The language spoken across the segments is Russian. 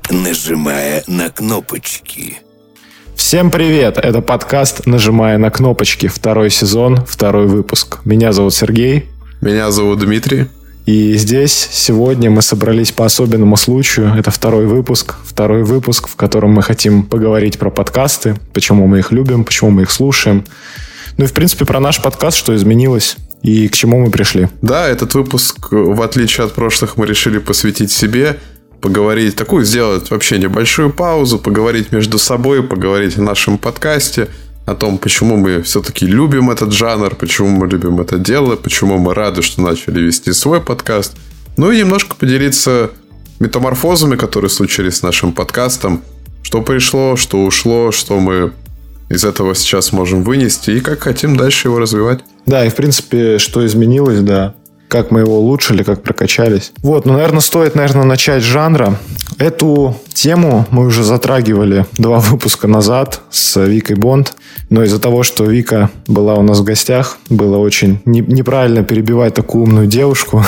нажимая на кнопочки. Всем привет! Это подкаст «Нажимая на кнопочки». 2 сезон, 2 выпуск. Меня зовут Сергей. Меня зовут Дмитрий. И здесь сегодня мы собрались по особенному случаю. Это 2 выпуск, в котором мы хотим поговорить про подкасты, почему мы их любим, почему мы их слушаем. Ну и, в принципе, про наш подкаст, что изменилось и к чему мы пришли. Да, этот выпуск, в отличие от прошлых, мы решили посвятить себе, поговорить, сделать вообще небольшую паузу, поговорить между собой, поговорить о нашем подкасте, о том, почему мы все-таки любим этот жанр, почему мы любим это дело, почему мы рады, что начали вести свой подкаст. Ну и немножко поделиться метаморфозами, которые случились с нашим подкастом, что пришло, что ушло, что мы из этого сейчас можем вынести и как хотим дальше его развивать. Да, и в принципе, что изменилось, да. Как мы его улучшили, как прокачались. Вот, наверное, стоит, начать с жанра. Эту тему мы уже затрагивали 2 выпуска назад с Викой Бонд. Но из-за того, что Вика была у нас в гостях, было очень неправильно перебивать такую умную девушку.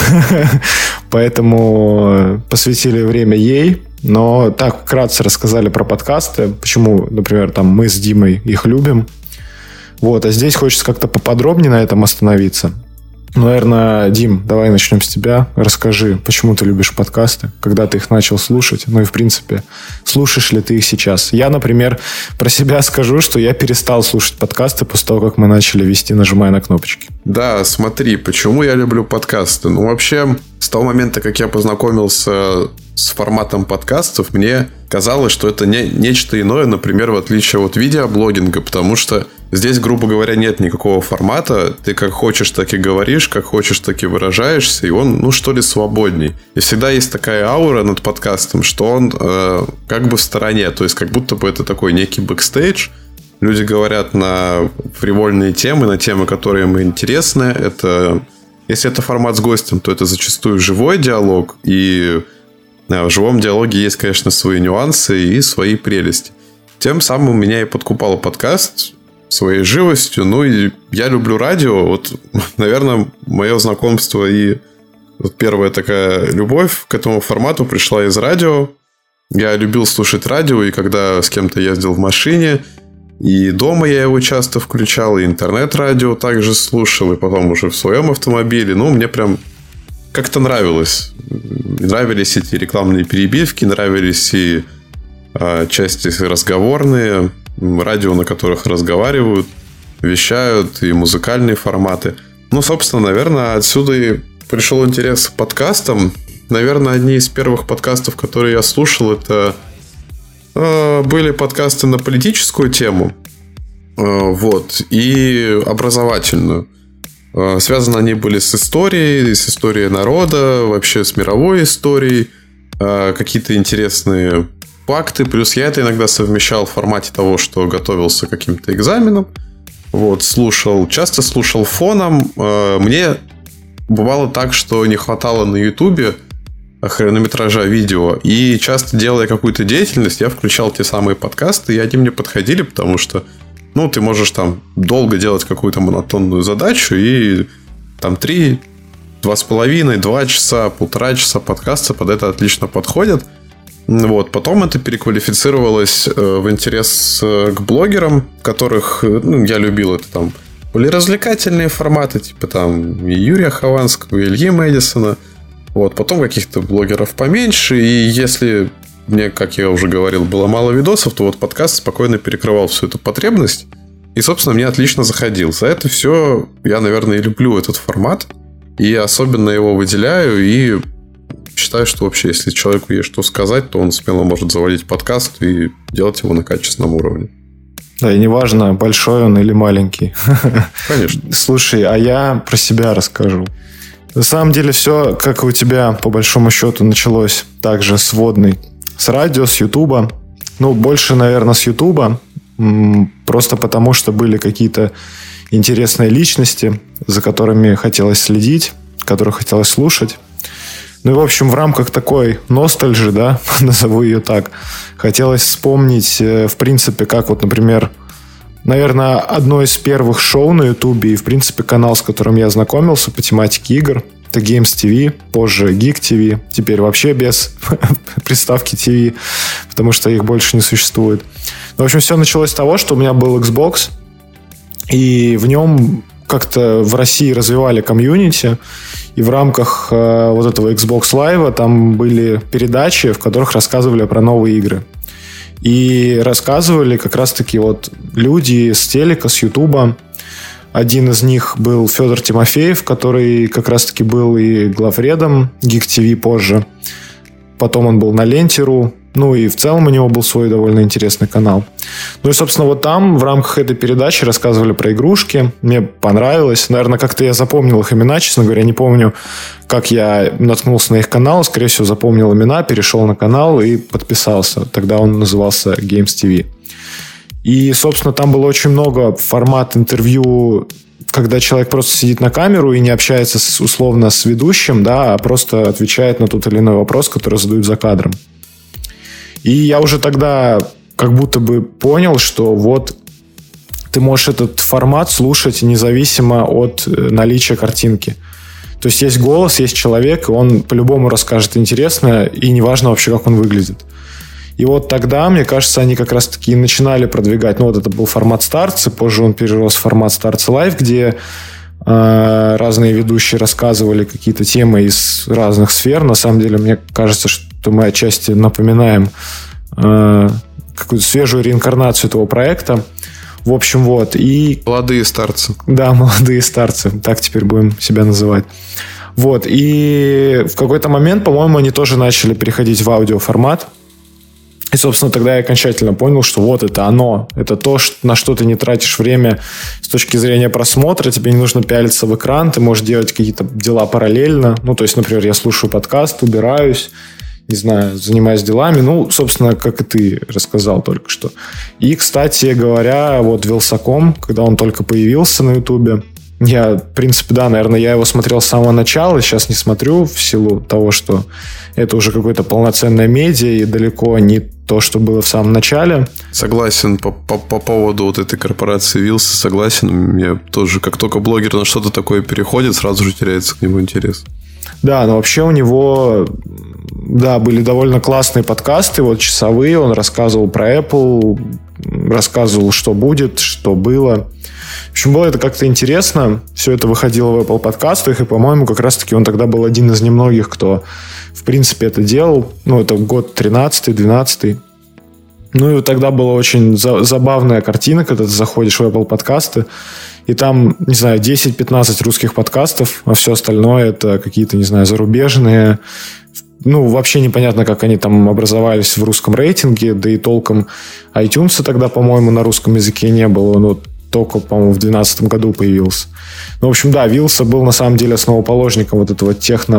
Поэтому посвятили время ей. Но так вкратце рассказали про подкасты. Почему, например, мы с Димой их любим. Вот, а здесь хочется как-то поподробнее на этом остановиться. Наверное, Дим, давай начнем с тебя. Расскажи, почему ты любишь подкасты, когда ты их начал слушать, ну и, в принципе, слушаешь ли ты их сейчас? Я, например, про себя скажу, что я перестал слушать подкасты после того, как мы начали вести «Нажимая на кнопочки». Да, смотри, почему я люблю подкасты. Ну, вообще, с того момента, как я познакомился с форматом подкастов, мне казалось, что это нечто иное, например, в отличие от видеоблогинга, потому что здесь, грубо говоря, нет никакого формата. Ты как хочешь, так и говоришь, как хочешь, так и выражаешься, и он, свободней. И всегда есть такая аура над подкастом, что он как бы в стороне, то есть как будто бы это такой некий бэкстейдж. Люди говорят на фривольные темы, на темы, которые им интересны. Если это формат с гостем, то это зачастую живой диалог, и в живом диалоге есть, конечно, свои нюансы и свои прелести. Тем самым меня и подкупал подкаст своей живостью. Ну и я люблю радио. Вот, наверное, мое знакомство и первая такая любовь к этому формату пришла из радио. Я любил слушать радио, и когда с кем-то ездил в машине, и дома я его часто включал, и интернет-радио также слушал, и потом уже в своем автомобиле. Мне прям как-то нравилось. Нравились эти рекламные перебивки, нравились и части разговорные, радио, на которых разговаривают, вещают, и музыкальные форматы. Собственно, наверное, отсюда и пришел интерес к подкастам. Наверное, одни из первых подкастов, которые я слушал, это были подкасты на политическую тему, и образовательную. Связаны они были с историей народа, вообще с мировой историей, какие-то интересные факты. Плюс я это иногда совмещал в формате того, что готовился к каким-то экзаменам. Часто слушал фоном. Мне бывало так, что не хватало на Ютубе хронометража видео. И часто, делая какую-то деятельность, я включал те самые подкасты, и они мне подходили, потому что ты можешь долго делать какую-то монотонную задачу, и 3, 2,5, 2 часа, 1,5 часа подкаста под это отлично подходят. Потом это переквалифицировалось в интерес к блогерам, которых я любил. Это были развлекательные форматы, типа и Юрия Хованского, и Ильи Мэдисона. Потом каких-то блогеров поменьше. И если мне, как я уже говорил, было мало видосов, то подкаст спокойно перекрывал всю эту потребность. И, собственно, мне отлично заходил. За это все я, наверное, и люблю этот формат. И особенно его выделяю. И считаю, что вообще, если человеку есть что сказать, то он смело может заводить подкаст и делать его на качественном уровне. Да, и неважно, большой он или маленький. Конечно. Слушай, а я про себя расскажу. На самом деле все, как и у тебя, по большому счету, началось также с водной. С радио, с Ютуба. Больше, наверное, с Ютуба. Просто потому, что были какие-то интересные личности, за которыми хотелось следить, которых хотелось слушать. И, в общем, в рамках такой ностальжи, да, назову ее так, хотелось вспомнить, в принципе, как например, одно из первых шоу на Ютубе и, в принципе, канал, с которым я знакомился по тематике игр. Это Games TV, позже Geek TV, теперь вообще без приставки TV, потому что их больше не существует. В общем, все началось с того, что у меня был Xbox, и в нем как-то в России развивали комьюнити, и в рамках вот этого Xbox Live там были передачи, в которых рассказывали про новые игры. И рассказывали как раз-таки вот люди с телека, с Ютуба. Один из них был Федор Тимофеев, который как раз-таки был и главредом Geek TV позже. Потом он был на Ленте.ру. Ну и в целом у него был свой довольно интересный канал. Ну и, собственно, вот там в рамках этой передачи рассказывали про игрушки. Мне понравилось. Наверное, как-то я запомнил их имена, честно говоря. Не помню, как я наткнулся на их канал. Скорее всего, запомнил имена, перешел на канал и подписался. Тогда он назывался Games TV. И, собственно, там было очень много формат интервью, когда человек просто сидит на камеру и не общается условно с ведущим, да, а просто отвечает на тот или иной вопрос, который задают за кадром. И я уже тогда как будто бы понял, что вот ты можешь этот формат слушать независимо от наличия картинки. То есть есть голос, есть человек, и он по-любому расскажет интересно, и неважно вообще, как он выглядит. И вот тогда, мне кажется, они как раз-таки начинали продвигать. Ну, вот это был формат Старцы, позже он перерос в формат Старцы Лайв, где разные ведущие рассказывали какие-то темы из разных сфер. На самом деле, мне кажется, что мы отчасти напоминаем какую-то свежую реинкарнацию этого проекта. В общем, вот. И... Молодые старцы. Да, молодые старцы. Так теперь будем себя называть. Вот. И в какой-то момент, по-моему, они тоже начали переходить в аудиоформат. И, собственно, тогда я окончательно понял, что вот это оно. Это то, на что ты не тратишь время с точки зрения просмотра. Тебе не нужно пялиться в экран. Ты можешь делать какие-то дела параллельно. Ну, то есть, например, я слушаю подкаст, убираюсь, не знаю, занимаюсь делами. Ну, собственно, как и ты рассказал только что. И, кстати говоря, вот Вилсаком, когда он только появился на Ютубе, я, в принципе, да, наверное, я его смотрел с самого начала, сейчас не смотрю в силу того, что это уже какое-то полноценное медиа и далеко не то, что было в самом начале. Согласен по поводу вот этой корпорации Вилса, согласен. Мне тоже, как только блогер на что-то такое переходит, сразу же теряется к нему интерес. Да, но вообще у него, да, были довольно классные подкасты, вот часовые, он рассказывал про Apple, рассказывал, что будет, что было. В общем, было это как-то интересно. Все это выходило в Apple подкастах, и, по-моему, как раз-таки он тогда был один из немногих, кто, в принципе, это делал. Ну, это год 13-й, 12-й. Ну, и тогда была очень забавная картина, когда ты заходишь в Apple подкасты, и там, не знаю, 10-15 русских подкастов, а все остальное это какие-то, не знаю, зарубежные. Ну, вообще непонятно, как они там образовались в русском рейтинге, да и толком iTunes тогда, по-моему, на русском языке не было, но только, по-моему, в 2012 году появился. Ну, в общем, да, Вилса был на самом деле основоположником вот этого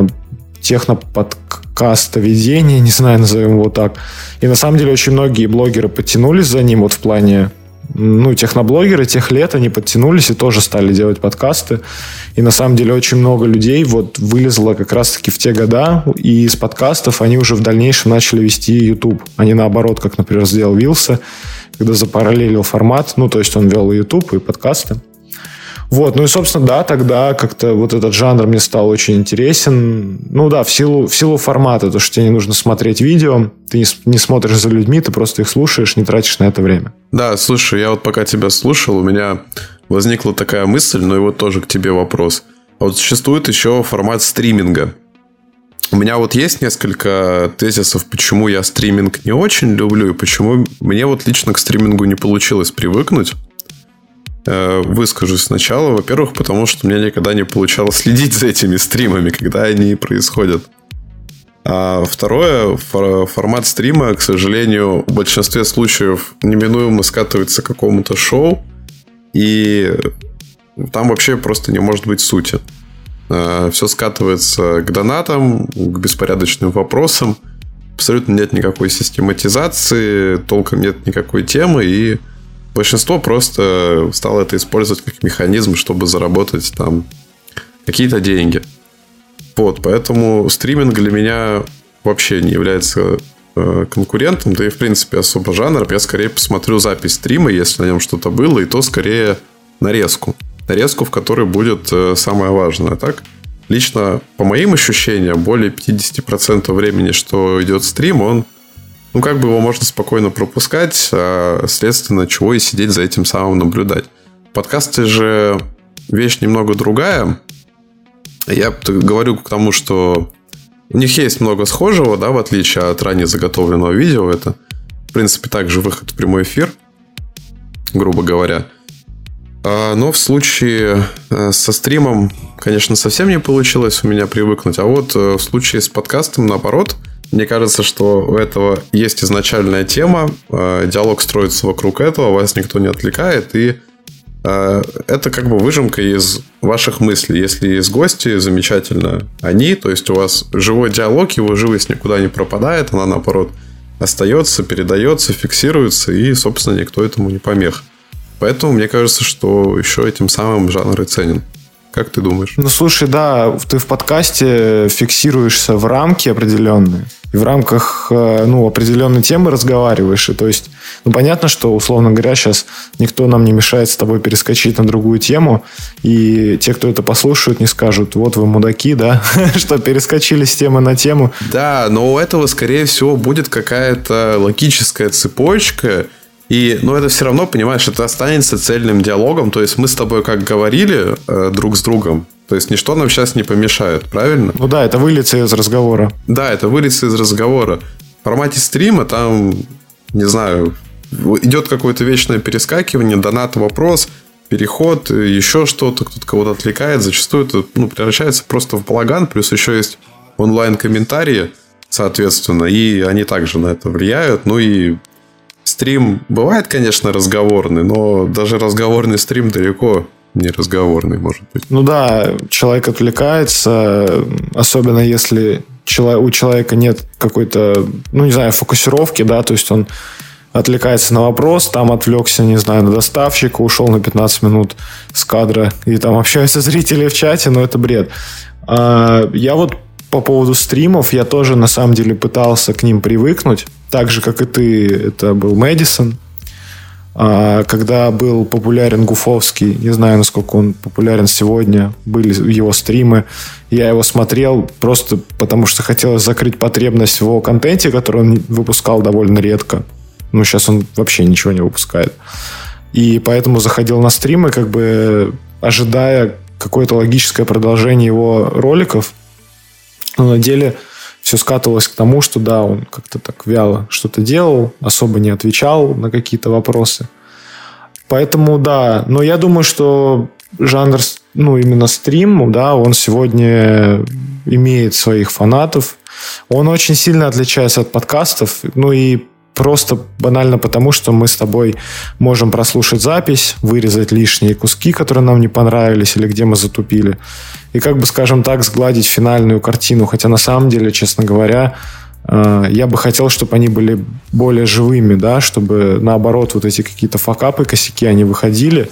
техно-подкастоведения, не знаю, назовем его так. И на самом деле очень многие блогеры подтянулись за ним вот в плане, ну, техноблогеры тех лет, они подтянулись и тоже стали делать подкасты. И на самом деле очень много людей вот вылезло как раз-таки в те года, и из подкастов они уже в дальнейшем начали вести YouTube. Они наоборот, как, например, сделал Вилса, когда запараллелил формат, ну, то есть он вел и YouTube, и подкасты. Вот, ну и, собственно, да, тогда как-то вот этот жанр мне стал очень интересен. Ну да, в силу формата, то, что тебе не нужно смотреть видео, ты не смотришь за людьми, ты просто их слушаешь, не тратишь на это время. Да, слушай, я вот пока тебя слушал, у меня возникла такая мысль, но и вот тоже к тебе вопрос. А вот существует еще формат стриминга. У меня вот есть несколько тезисов, почему я стриминг не очень люблю, и почему мне вот лично к стримингу не получилось привыкнуть. Выскажусь сначала. Во-первых, потому что мне никогда не получалось следить за этими стримами, когда они происходят. А второе, формат стрима, к сожалению, в большинстве случаев неминуемо скатывается к какому-то шоу, и там вообще просто не может быть сути. Все скатывается к донатам, к беспорядочным вопросам. Абсолютно нет никакой систематизации, толком нет никакой темы, и большинство просто стало это использовать как механизм, чтобы заработать там какие-то деньги. Вот, поэтому стриминг для меня вообще не является конкурентом, да и в принципе особо жанр. Я скорее посмотрю запись стрима, если на нем что-то было, и то скорее нарезку. Нарезку, в которой будет самое важное. А так, лично по моим ощущениям, более 50% времени, что идет стрим, он, как бы его можно спокойно пропускать, а следственно, чего и сидеть за этим самым наблюдать. Подкасты же вещь немного другая. Я говорю к тому, что у них есть много схожего, да, в отличие от ранее заготовленного видео. Это, в принципе, также выход в прямой эфир, грубо говоря. Но в случае со стримом, конечно, совсем не получилось у меня привыкнуть. А вот в случае с подкастом, наоборот, мне кажется, что у этого есть изначальная тема, диалог строится вокруг этого, вас никто не отвлекает, и это как бы выжимка из ваших мыслей. Если есть гости, замечательно они, то есть у вас живой диалог, его живость никуда не пропадает, она, наоборот, остается, передается, фиксируется, и, собственно, никто этому не помех. Поэтому мне кажется, что еще этим самым жанр и ценен. Как ты думаешь? Слушай, да, ты в подкасте фиксируешься в рамки определенные, и в рамках определенной темы разговариваешь. И то есть, понятно, что, условно говоря, сейчас никто нам не мешает с тобой перескочить на другую тему, и те, кто это послушают, не скажут: вот вы мудаки, да, что перескочили с темы на тему. Да, но у этого, скорее всего, будет какая-то логическая цепочка. Но это все равно, понимаешь, это останется цельным диалогом. То есть мы с тобой как говорили друг с другом. То есть ничто нам сейчас не помешает, правильно? Ну да, это выльется из разговора. Да, это выльется из разговора. В формате стрима там, не знаю, идет какое-то вечное перескакивание, донат, вопрос, переход, еще что-то, кто-то кого-то отвлекает. Зачастую это превращается просто в балаган. Плюс еще есть онлайн-комментарии, соответственно, и они также на это влияют. И стрим бывает, конечно, разговорный, но даже разговорный стрим далеко не разговорный, может быть. Да, человек отвлекается, особенно если у человека нет какой-то, фокусировки, да, то есть он отвлекается на вопрос, там отвлекся, не знаю, на доставщика, ушел на 15 минут с кадра, и там общаются зрители в чате, но это бред. Я вот по поводу стримов, я тоже на самом деле пытался к ним привыкнуть, так же, как и ты, это был Мэдисон. Когда был популярен Гуфовский, не знаю, насколько он популярен сегодня, были его стримы, я его смотрел просто потому, что хотелось закрыть потребность в его контенте, который он выпускал довольно редко. Сейчас он вообще ничего не выпускает. И поэтому заходил на стримы, как бы ожидая какое-то логическое продолжение его роликов. Но на деле все скатывалось к тому, что да, он как-то так вяло что-то делал, особо не отвечал на какие-то вопросы. Поэтому да, но я думаю, что жанр, именно стрим, да, он сегодня имеет своих фанатов. Он очень сильно отличается от подкастов, и просто банально потому, что мы с тобой можем прослушать запись, вырезать лишние куски, которые нам не понравились или где мы затупили, и скажем так, сгладить финальную картину. Хотя на самом деле, честно говоря, я бы хотел, чтобы они были более живыми, да, чтобы наоборот вот эти какие-то факапы, косяки, они выходили,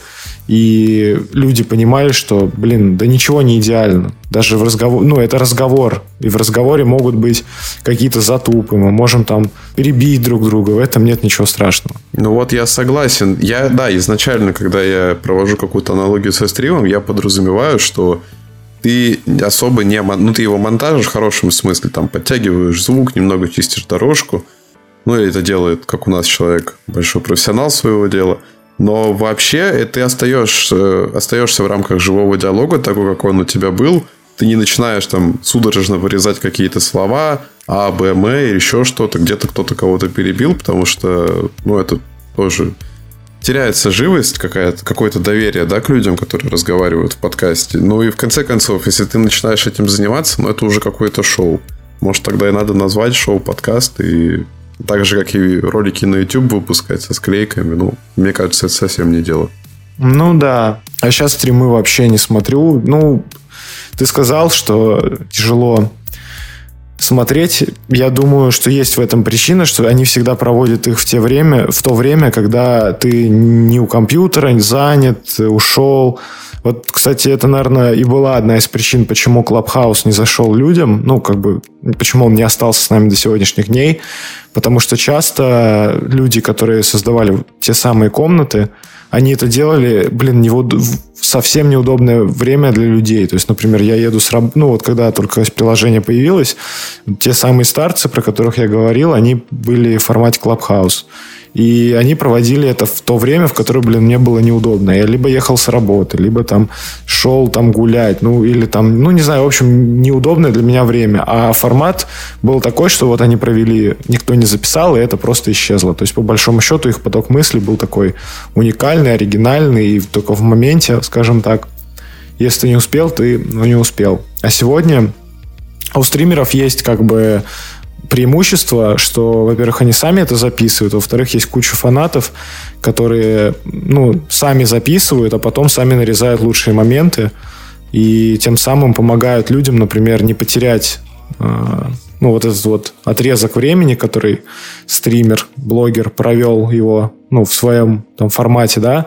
и люди понимали, что, да ничего не идеально. Даже в разговоре, это разговор, и в разговоре могут быть какие-то затупы, мы можем там перебить друг друга, в этом нет ничего страшного. Я согласен. Изначально, когда я провожу какую-то аналогию со стримом, я подразумеваю, что ты особо не... ты его монтажишь в хорошем смысле, там подтягиваешь звук, немного чистишь дорожку. И это делает, как у нас человек, большой профессионал своего дела. Но вообще ты остаешься в рамках живого диалога, такой, как он у тебя был. Ты не начинаешь там судорожно вырезать какие-то слова, А, Б, М, или еще что-то. Где-то кто-то кого-то перебил, потому что, это тоже... теряется живость какая-то, какое-то доверие, да, к людям, которые разговаривают в подкасте. И в конце концов, если ты начинаешь этим заниматься, это уже какое-то шоу. Может, тогда и надо назвать шоу-подкаст, и так же, как и ролики на YouTube выпускать со склейками. Мне кажется, это совсем не дело. Да. А сейчас стримы вообще не смотрю. Ты сказал, что тяжело смотреть. Я думаю, что есть в этом причина, что они всегда проводят их в то время, когда ты не у компьютера, не занят, ушел. Вот, кстати, это, наверное, и была одна из причин, почему Clubhouse не зашел людям, почему он не остался с нами до сегодняшних дней, Потому что часто люди, которые создавали те самые комнаты, они это делали, совсем неудобное время для людей. То есть, например, я еду с работы, вот когда только приложение появилось, те самые старцы, про которых я говорил, они были в формате Clubhouse. И они проводили это в то время, в которое, мне было неудобно. Я либо ехал с работы, либо там шел там гулять, или там, не знаю, в общем, неудобное для меня время. А формат был такой, что вот они провели, никто не записал, и это просто исчезло. То есть, по большому счету, их поток мыслей был такой уникальный, оригинальный, и только в моменте, скажем так, если ты не успел, ты не успел. А сегодня у стримеров есть преимущество, что, во-первых, они сами это записывают, во-вторых, есть куча фанатов, которые, сами записывают, а потом сами нарезают лучшие моменты и тем самым помогают людям, например, не потерять вот этот вот отрезок времени, который стример, блогер провел его, в своем там формате, да,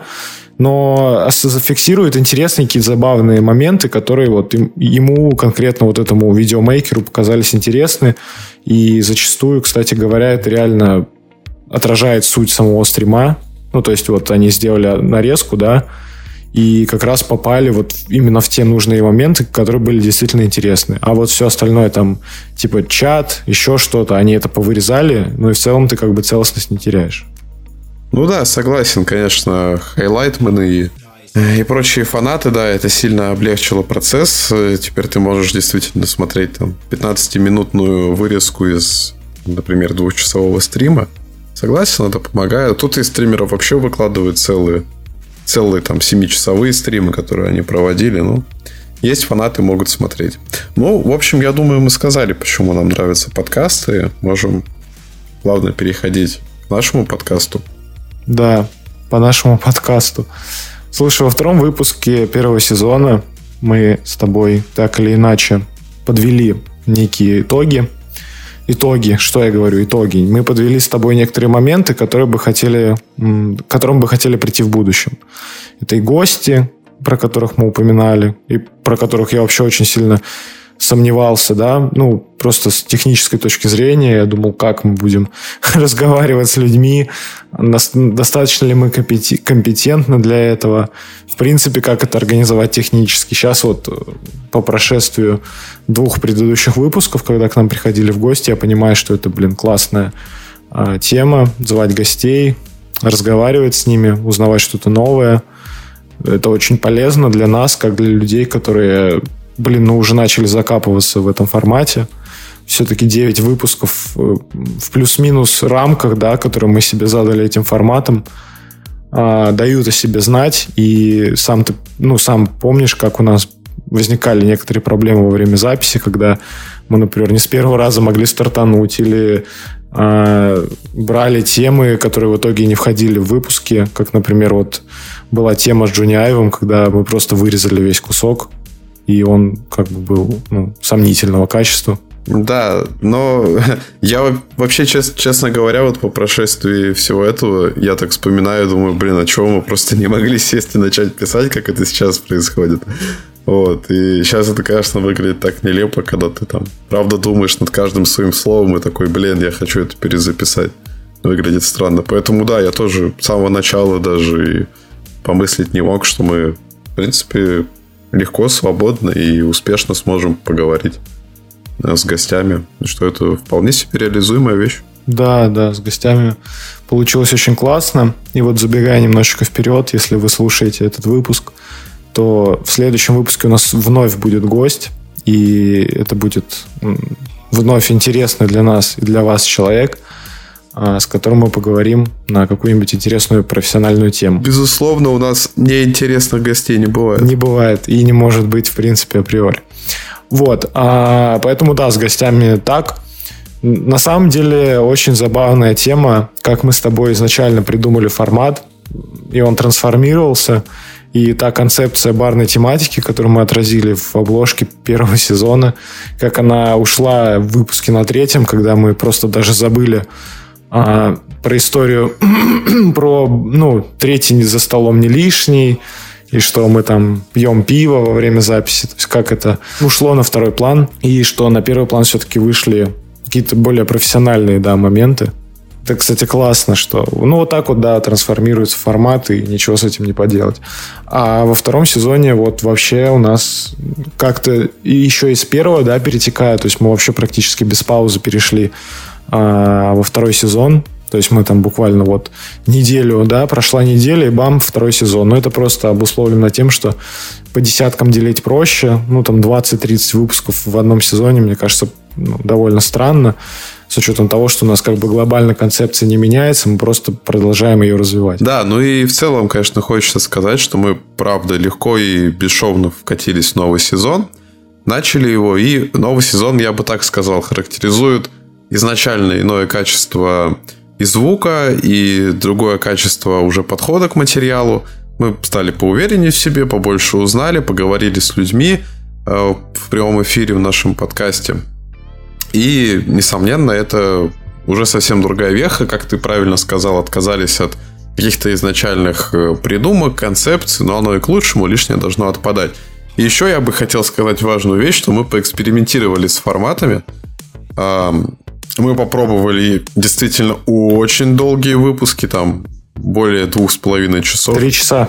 но зафиксирует интересные какие-то забавные моменты, которые вот ему, конкретно вот этому видеомейкеру, показались интересны. И зачастую, кстати говоря, это реально отражает суть самого стрима. То есть вот они сделали нарезку, да, и как раз попали вот именно в те нужные моменты, которые были действительно интересны. А вот все остальное там, типа чат, еще что-то, они это повырезали, и в целом ты целостность не теряешь. Да, согласен, конечно, хайлайтмены и прочие фанаты, да, это сильно облегчило процесс. Теперь ты можешь действительно смотреть там 15-минутную вырезку из, например, 2-часового стрима. Согласен, это помогает. Тут и стримеров вообще выкладывают целые там 7-часовые стримы, которые они проводили. Есть фанаты, могут смотреть. В общем, я думаю, мы сказали, почему нам нравятся подкасты. Можем плавно переходить к нашему подкасту. Да, по нашему подкасту. Слушай, во втором выпуске первого сезона мы с тобой так или иначе подвели некие итоги. Что я говорю? Итоги. Мы подвели с тобой некоторые моменты, к которым бы хотели прийти в будущем. Это и гости, про которых мы упоминали, и про которых я вообще очень сильно сомневался, да, просто с технической точки зрения. Я думал, как мы будем разговаривать с людьми, достаточно ли мы компетентны для этого, в принципе, как это организовать технически. Сейчас вот по прошествию 2 предыдущих выпусков, когда к нам приходили в гости, я понимаю, что это, классная тема, звать гостей, разговаривать с ними, узнавать что-то новое. Это очень полезно для нас, как для людей, которые уже начали закапываться в этом формате. Все-таки 9 выпусков в плюс-минус рамках, да, которые мы себе задали этим форматом, дают о себе знать. И сам ты, сам помнишь, как у нас возникали некоторые проблемы во время записи, когда мы, например, не с первого раза могли стартануть или брали темы, которые в итоге не входили в выпуски, как, например, вот была тема с Джонни Айвом, когда мы просто вырезали весь кусок, и он был сомнительного качества. Да, но я вообще, честно говоря, вот по прошествии всего этого, я так вспоминаю, думаю, а чего мы просто не могли сесть и начать писать, как это сейчас происходит. Вот, и сейчас это, конечно, выглядит так нелепо, когда ты там, правда, думаешь над каждым своим словом и такой, я хочу это перезаписать. Выглядит странно. Поэтому, да, я тоже с самого начала даже и помыслить не мог, что мы, в принципе, легко, свободно и успешно сможем поговорить с гостями, что это вполне себе реализуемая вещь. Да, с гостями получилось очень классно. И вот забегая немножечко вперед, если вы слушаете этот выпуск, то в следующем выпуске у нас вновь будет гость, и это будет вновь интересный для нас и для вас человек, с которым мы поговорим на какую-нибудь интересную профессиональную тему. Безусловно, у нас неинтересных гостей не бывает. Не бывает и не может быть, в принципе, априори. Вот, поэтому, да, с гостями так. На самом деле, очень забавная тема, как мы с тобой изначально придумали формат, и он трансформировался. И та концепция барной тематики, которую мы отразили в обложке первого сезона, как она ушла в выпуске на 3, когда мы просто даже забыли про историю про, 3 за столом не лишний, и что мы там пьем пиво во время записи, то есть как это ушло на второй план, и что на первый план все-таки вышли какие-то более профессиональные, да, моменты. Это, кстати, классно, что... Ну, вот так вот, да, трансформируется формат, и ничего с этим не поделать. А во втором сезоне вот вообще у нас как-то еще из первого, да, перетекает. То есть мы вообще практически без паузы перешли во второй сезон. То есть мы там буквально вот неделю, да, прошла неделя, и бам, второй сезон. Но это просто обусловлено тем, что по десяткам делить проще. Ну, там 20-30 выпусков в одном сезоне, мне кажется, довольно странно. С учетом того, что у нас как бы глобально концепция не меняется, мы просто продолжаем ее развивать. Да, ну и в целом, конечно, хочется сказать, что мы, правда, легко и бесшовно вкатились в новый сезон. Начали его, и новый сезон, я бы так сказал, характеризует изначально иное качество и звука, и другое качество уже подхода к материалу. Мы стали поувереннее в себе, побольше узнали, поговорили с людьми в прямом эфире в нашем подкасте. И, несомненно, это уже совсем другая веха, как ты правильно сказал, отказались от каких-то изначальных придумок, концепций, но оно и к лучшему, лишнее должно отпадать. И еще я бы хотел сказать важную вещь, что мы поэкспериментировали с форматами. Мы попробовали действительно очень долгие выпуски, там более 2,5 часов. 3 часа.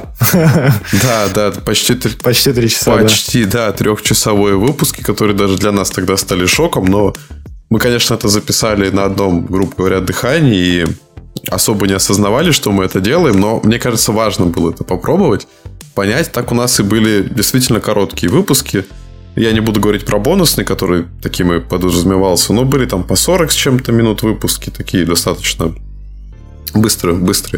Да, почти 3 часа. Почти, да, 3-часовые выпуски, которые даже для нас тогда стали шоком, но мы, конечно, это записали на одном, грубо говоря, дыхании и особо не осознавали, что мы это делаем, но мне кажется, важно было это попробовать, понять. Так у нас и были действительно короткие выпуски. Я не буду говорить про бонусные, который таким и подразумевался, но были там по 40 с чем-то минут выпуски, такие достаточно быстрые.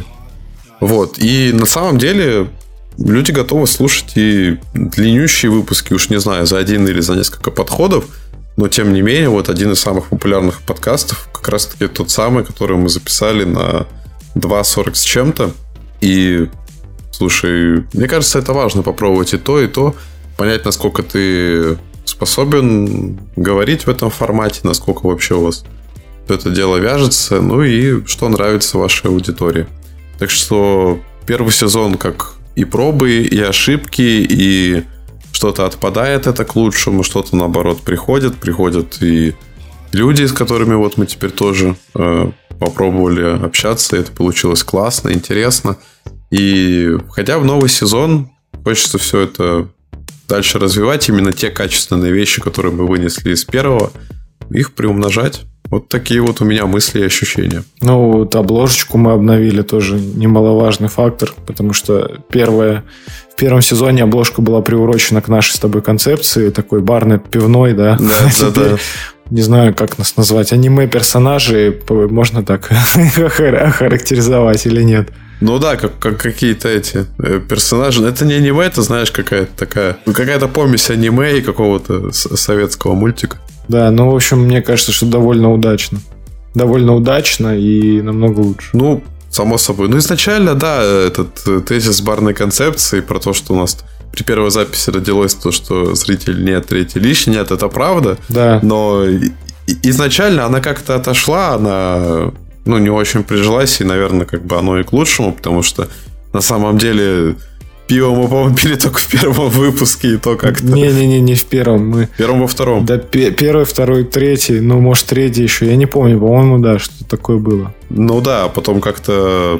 Вот. И на самом деле люди готовы слушать и длиннющие выпуски, уж не знаю, за один или за несколько подходов, но тем не менее, вот один из самых популярных подкастов как раз-таки тот самый, который мы записали на 2:40 с чем-то. И, слушай, мне кажется, это важно попробовать и то, понять, насколько ты способен говорить в этом формате, насколько вообще у вас это дело вяжется, ну и что нравится вашей аудитории. Так что первый сезон как и пробы, и ошибки, и что-то отпадает, это к лучшему, что-то наоборот приходят и люди, с которыми вот мы теперь тоже попробовали общаться, и это получилось классно, интересно. И хотя в новый сезон хочется все это дальше развивать, именно те качественные вещи, которые мы вынесли из первого, их приумножать. Вот такие вот у меня мысли и ощущения. Ну, вот обложечку мы обновили, тоже немаловажный фактор, потому что в первом сезоне обложка была приурочена к нашей с тобой концепции, такой барно-пивной, да? Да. Не знаю, как нас назвать, аниме-персонажи, можно так охарактеризовать или нет? Ну да, как какие-то эти персонажи. Это не аниме, это, знаешь, какая-то помесь аниме и какого-то советского мультика. Да, ну, в общем, мне кажется, что довольно удачно. Довольно удачно и намного лучше. Ну, само собой. Ну, изначально, да, этот тезис барной концепции про то, что у нас при первой записи родилось то, что зритель нет, третий лишний нет, это правда. Да. Но изначально она как-то отошла, она, не очень прижилась, и, наверное, как бы оно и к лучшему, потому что на самом деле... Пиво мы, по-моему, пили только в первом выпуске, и то как-то... Не в первом. Мы... В первом, во втором. Да, первый, второй, третий, может, третий еще. Я не помню, по-моему, да, что такое было. Ну да, потом как-то...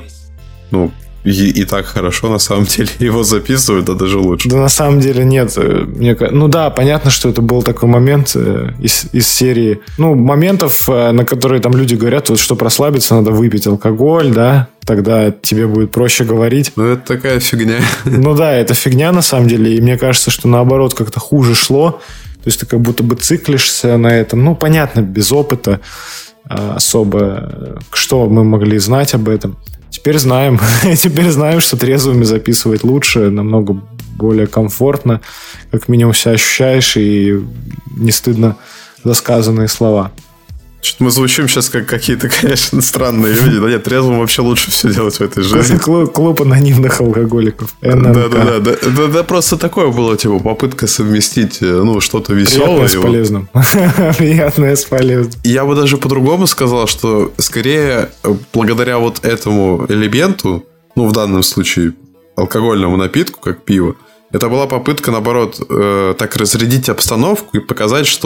И так хорошо, на самом деле, его записывают, да даже лучше. Да на самом деле нет. Ну да, понятно, что это был такой момент из серии... моментов, на которые там люди говорят, вот чтобы расслабиться, надо выпить алкоголь, да, тогда тебе будет проще говорить. Ну это такая фигня. Ну да, это фигня на самом деле, и мне кажется, что наоборот как-то хуже шло. То есть ты как будто бы циклишься на этом. Понятно, без опыта особо, что мы могли знать об этом. Теперь знаем, что трезвыми записывать лучше, намного более комфортно, как минимум себя ощущаешь, и не стыдно за сказанные слова. Что-то мы звучим сейчас как какие-то, конечно, странные люди. Да нет, трезвым вообще лучше все делать в этой жизни. Клуб анонимных алкоголиков. Да, просто такое было, типа, попытка совместить, что-то веселое. Приятное с полезным. Приятное с полезным. Я бы даже по-другому сказал, что скорее благодаря вот этому элементу, в данном случае алкогольному напитку, как пиво, это была попытка, наоборот, так разрядить обстановку и показать, что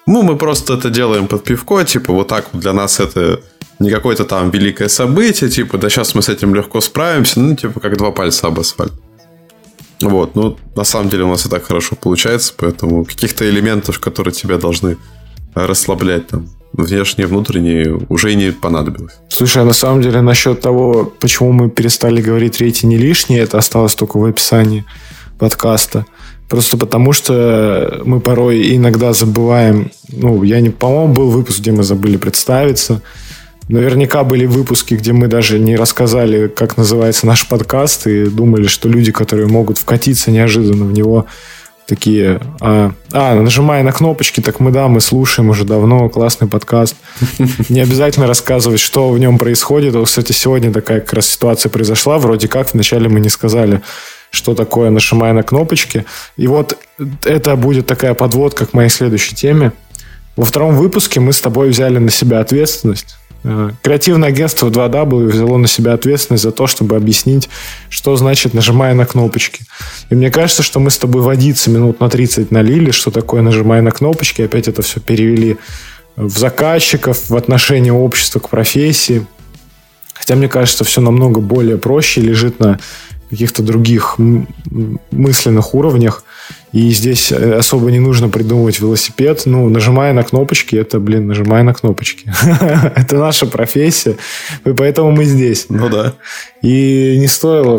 мы просто это делаем под пивко, типа, вот так вот для нас это не какое-то там великое событие, типа, да сейчас мы с этим легко справимся, ну, типа, как 2 пальца об асфальт. Вот, ну, на самом деле у нас и так хорошо получается, поэтому каких-то элементов, которые тебя должны расслаблять там, внешние, внутренние, уже и не понадобилось. Слушай, а на самом деле насчет того, почему мы перестали говорить «Третий не лишний», это осталось только в описании подкаста. Просто потому, что мы порой иногда забываем... по-моему, был выпуск, где мы забыли представиться. Наверняка были выпуски, где мы даже не рассказали, как называется наш подкаст, и думали, что люди, которые могут вкатиться неожиданно в него, такие... нажимая на кнопочки, так мы слушаем уже давно, классный подкаст. Не обязательно рассказывать, что в нем происходит. Вот, кстати, сегодня такая как раз ситуация произошла. Вроде как вначале мы не сказали, что такое нажимая на кнопочки. И вот это будет такая подводка к моей следующей теме. Во 2-м выпуске мы с тобой взяли на себя ответственность. Креативное агентство 2W взяло на себя ответственность за то, чтобы объяснить, что значит нажимая на кнопочки. И мне кажется, что мы с тобой водицы минут на 30 налили, что такое нажимая на кнопочки, и опять это все перевели в заказчиков, в отношении общества к профессии. Хотя, мне кажется, все намного более проще, лежит на каких-то других мысленных уровнях. И здесь особо не нужно придумывать велосипед. Нажимая на кнопочки, это, нажимая на кнопочки. Это наша профессия, и поэтому мы здесь. Ну да. И не стоило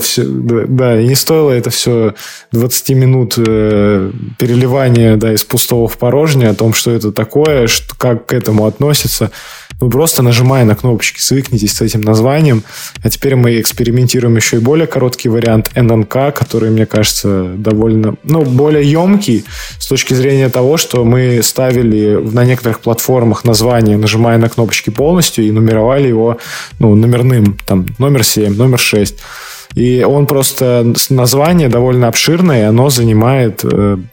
это все 20 минут переливания из пустого в порожнее о том, что это такое, как к этому относится. Просто нажимая на кнопочки, свыкнитесь с этим названием. А теперь мы экспериментируем еще и более короткий вариант ННК, который, мне кажется, довольно, более емкий с точки зрения того, что мы ставили на некоторых платформах название, нажимая на кнопочки полностью, и нумеровали его номерным, там, номер 7, номер 6. И он просто, название довольно обширное, и оно занимает...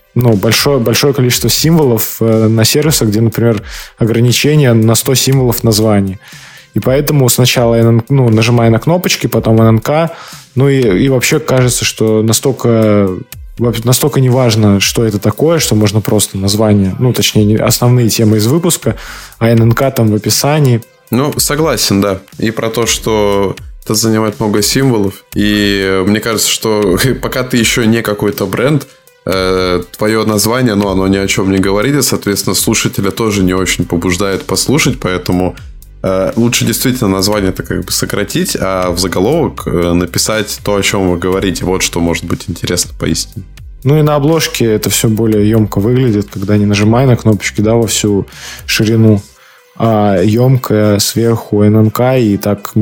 большое количество символов на сервисах, где, например, ограничение на 100 символов названий. И поэтому сначала нажимая на кнопочки, потом ННК. И вообще кажется, что настолько не важно, что это такое, что можно просто название, точнее, основные темы из выпуска, а ННК там в описании. Согласен, да. И про то, что это занимает много символов. И мне кажется, что пока ты еще не какой-то бренд, твое название, оно ни о чем не говорит, и, соответственно, слушателя тоже не очень побуждает послушать, поэтому лучше действительно название-то как бы сократить, а в заголовок написать то, о чем вы говорите. Вот что может быть интересно поистине. И на обложке это все более емко выглядит, когда не нажимай на кнопочки, во всю ширину, а емко сверху ННК, и так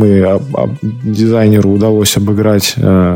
дизайнеру удалось обыграть...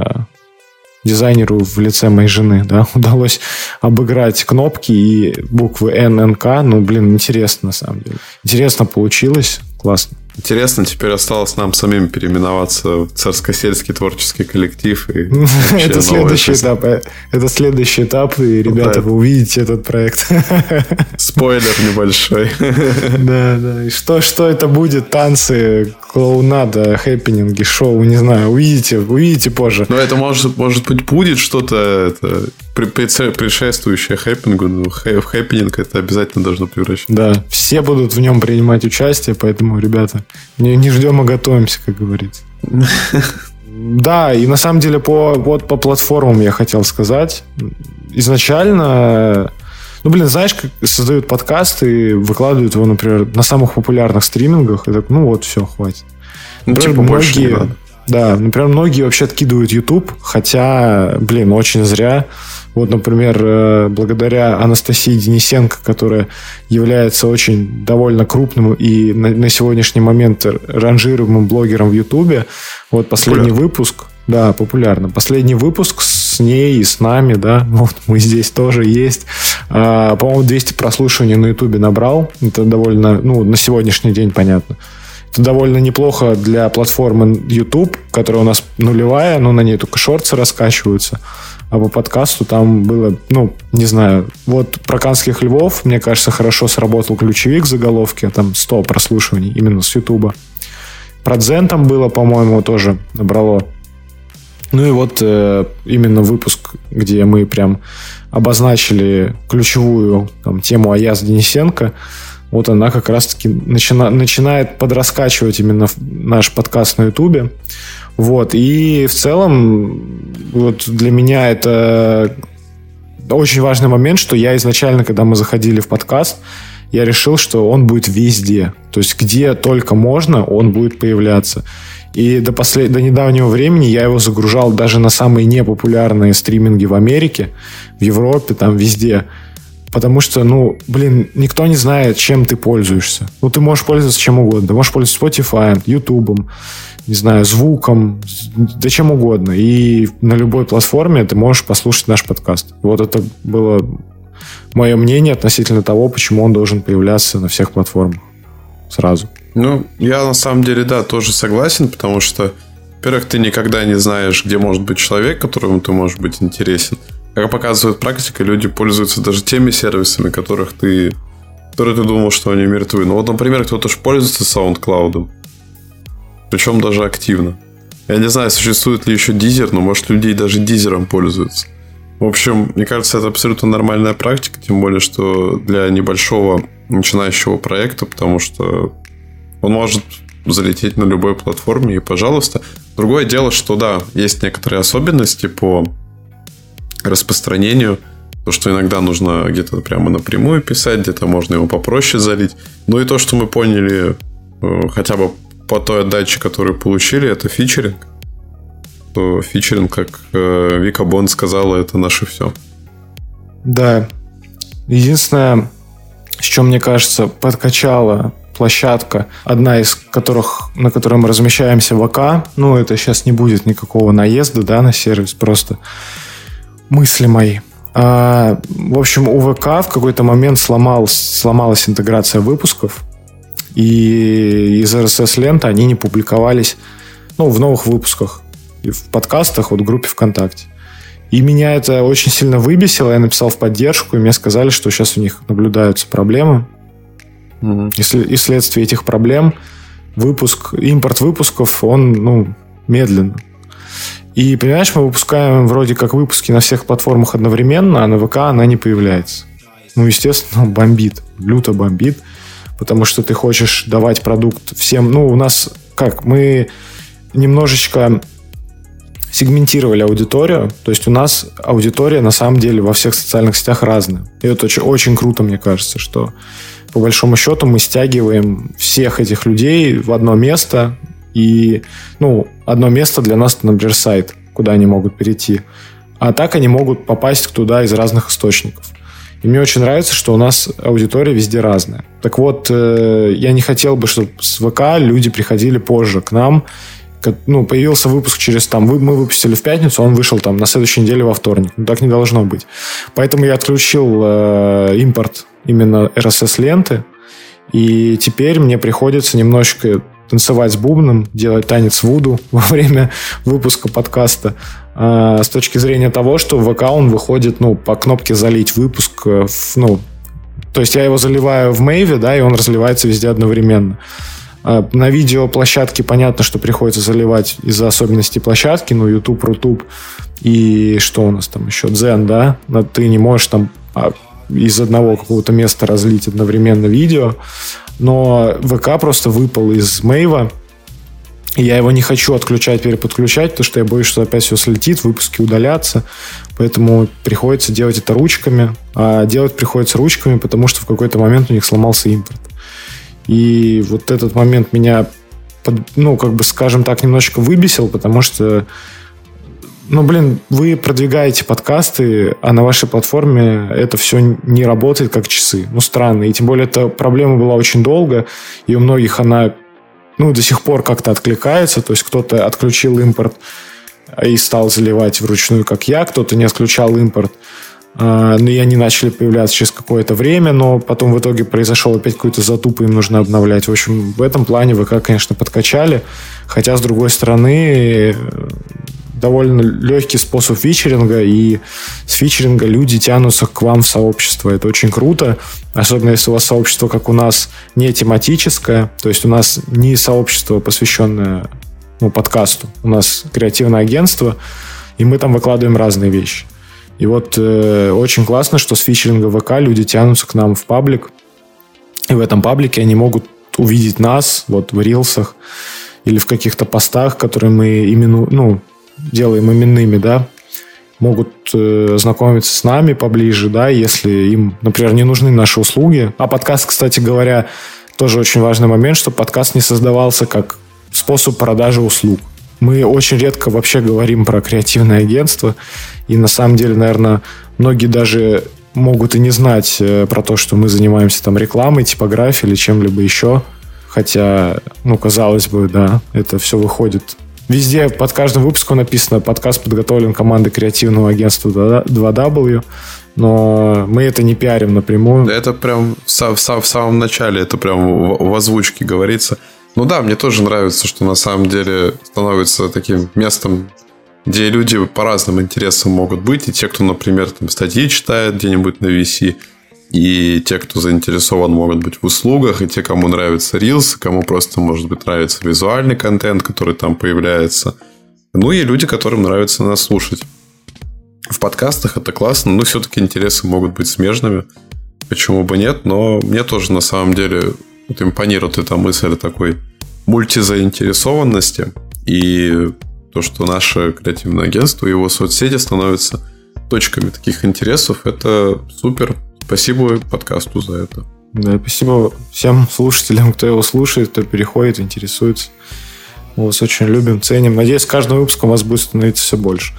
Дизайнеру в лице моей жены, удалось обыграть кнопки и буквы ННК. Интересно, на самом деле. Интересно получилось. Классно. Интересно, теперь осталось нам самим переименоваться в Царско-сельский творческий коллектив. Это следующий этап. Это следующий этап, и, ребята, вы увидите этот проект. Спойлер небольшой. Да. И что это будет? Танцы, клоунада, хэппининги, шоу, не знаю. Увидите позже. Но это может быть будет что-то предшествующее хэппингу. В хэппининг это обязательно должно превращаться. Да, все будут в нем принимать участие, поэтому, ребята, не ждем, а готовимся, как говорится. Да, и на самом деле по платформам я хотел сказать. Изначально... знаешь, как создают подкаст и выкладывают его, например, на самых популярных стримингах. И так, все, хватит. Например, многие... Да, например, многие вообще откидывают YouTube, хотя, очень зря. Вот, например, благодаря Анастасии Денисенко, которая является очень довольно крупным и на сегодняшний момент ранжируемым блогером в YouTube. Вот последний выпуск, да, популярно. Последний выпуск с ней и с нами, да, вот мы здесь тоже есть. По-моему, 200 прослушиваний на YouTube набрал. Это довольно, на сегодняшний день понятно. Это довольно неплохо для платформы YouTube, которая у нас нулевая, но на ней только шортсы раскачиваются. А по подкасту там было, не знаю, вот про «Канских львов», мне кажется, хорошо сработал ключевик в заголовке, там 100 прослушиваний именно с YouTube. Про «Дзен» там было, по-моему, тоже набрало Ну и вот именно выпуск, где мы прям обозначили ключевую там, тему Аяз Денисенко, вот она как раз-таки начинает подраскачивать именно наш подкаст на Ютубе. Вот. И в целом вот для меня это очень важный момент, что я изначально, когда мы заходили в подкаст, я решил, что он будет везде. То есть где только можно, он будет появляться. И до недавнего времени я его загружал даже на самые непопулярные стриминги в Америке, в Европе, там везде. Потому что, никто не знает, чем ты пользуешься. Ты можешь пользоваться чем угодно. Ты можешь пользоваться Spotify, YouTube, не знаю, звуком, да чем угодно. И на любой платформе ты можешь послушать наш подкаст. Вот это было мое мнение относительно того, почему он должен появляться на всех платформах сразу. Я на самом деле, да, тоже согласен, потому что, во-первых, ты никогда не знаешь, где может быть человек, которому ты можешь быть интересен. Как показывает практика, люди пользуются даже теми сервисами, которые ты думал, что они мертвы. Например, кто-то же пользуется SoundCloud, причем даже активно. Я не знаю, существует ли еще Deezer, но, может, людей даже Deezer'ом пользуются. В общем, мне кажется, это абсолютно нормальная практика, тем более, что для небольшого начинающего проекта, потому что он может залететь на любой платформе, и пожалуйста. Другое дело, что да, есть некоторые особенности по распространению, то, что иногда нужно где-то прямо напрямую писать, где-то можно его попроще залить. Ну и то, что мы поняли хотя бы по той отдаче, которую получили, это фичеринг. То фичеринг, как Вика Бонд сказала, это наше все. Да. Единственное, с чем, мне кажется, подкачала площадка, одна из которых, на которой мы размещаемся, ВК. Это сейчас не будет никакого наезда, да, на сервис, просто мысли мои. В общем, у ВК в какой-то момент сломалась интеграция выпусков, и из RSS-ленты они не публиковались в новых выпусках и в подкастах в группе ВКонтакте. И меня это очень сильно выбесило. Я написал в поддержку, и мне сказали, что сейчас у них наблюдаются проблемы. И вследствие этих проблем импорт выпусков, он медленно. И, понимаешь, мы выпускаем вроде как выпуски на всех платформах одновременно, а на ВК она не появляется. Естественно, бомбит, люто бомбит, потому что ты хочешь давать продукт всем. У нас мы немножечко сегментировали аудиторию, то есть у нас аудитория на самом деле во всех социальных сетях разная. И это очень, очень круто, мне кажется, что по большому счету мы стягиваем всех этих людей в одно место. И, одно место для нас, например, сайт, куда они могут перейти. А так они могут попасть туда из разных источников. И мне очень нравится, что у нас аудитория везде разная. Так вот, я не хотел бы, чтобы с ВК люди приходили позже к нам. Появился выпуск мы выпустили в пятницу, он вышел на следующей неделе во вторник. Так не должно быть. Поэтому я отключил импорт именно RSS-ленты. И теперь мне приходится немножечко танцевать с бубном, делать танец вуду во время выпуска подкаста. С точки зрения того, что в ВК он выходит по кнопке «Залить выпуск». То есть я его заливаю в Мейве, да, и он разливается везде одновременно. На видеоплощадке понятно, что приходится заливать из-за особенностей площадки, YouTube, Рутуб и что у нас там еще, Дзен, да, ты не можешь из одного какого-то места разлить одновременно видео, но ВК просто выпал из Мейва, и я его не хочу отключать, переподключать, потому что я боюсь, что опять все слетит, выпуски удалятся, поэтому приходится делать это ручками, а делать приходится ручками, потому что в какой-то момент у них сломался импорт. И вот этот момент меня, скажем так, немножечко выбесил, потому что вы продвигаете подкасты, а на вашей платформе это все не работает как часы. Странно. И тем более эта проблема была очень долго, и у многих она до сих пор как-то откликается. То есть кто-то отключил импорт и стал заливать вручную, как я, кто-то не отключал импорт, и они начали появляться через какое-то время, но потом в итоге произошел опять какой-то затуп, и им нужно обновлять. В общем, в этом плане ВК, конечно, подкачали, хотя, с другой стороны, довольно легкий способ фичеринга, и с фичеринга люди тянутся к вам в сообщество. Это очень круто, особенно если у вас сообщество, как у нас, не тематическое, то есть у нас не сообщество, посвященное подкасту. У нас креативное агентство, и мы там выкладываем разные вещи. И вот очень классно, что с фичеринга ВК люди тянутся к нам в паблик, и в этом паблике они могут увидеть нас вот в рилсах или в каких-то постах, которые мы делаем именными, да, могут знакомиться с нами поближе, да, если им, например, не нужны наши услуги. А подкаст, кстати говоря, тоже очень важный момент, что подкаст не создавался как способ продажи услуг. Мы очень редко вообще говорим про креативное агентство, и на самом деле, наверное, многие даже могут и не знать про то, что мы занимаемся там рекламой, типографией или чем-либо еще. Хотя, казалось бы, да, это все выходит. Везде под каждым выпуском написано: подкаст подготовлен командой креативного агентства 2W, но мы это не пиарим напрямую. Да, это прям в самом начале, это прям в озвучке говорится. Ну да, мне тоже нравится, что на самом деле становится таким местом, где люди по разным интересам могут быть. И те, кто, например, там статьи читает где-нибудь на VC, и те, кто заинтересован, могут быть в услугах, и те, кому нравится Reels, кому просто, может быть, нравится визуальный контент, который там появляется. Ну и люди, которым нравится нас слушать. В подкастах это классно, но все-таки интересы могут быть смежными. Почему бы нет? Но мне тоже на самом деле импонирует эта мысль о такой мультизаинтересованности. И то, что наше креативное агентство и его соцсети становятся точками таких интересов, это супер. Спасибо подкасту за это. Да, спасибо всем слушателям, кто его слушает, кто переходит, интересуется. Мы вас очень любим, ценим. Надеюсь, с каждым выпуском вас будет становиться все больше.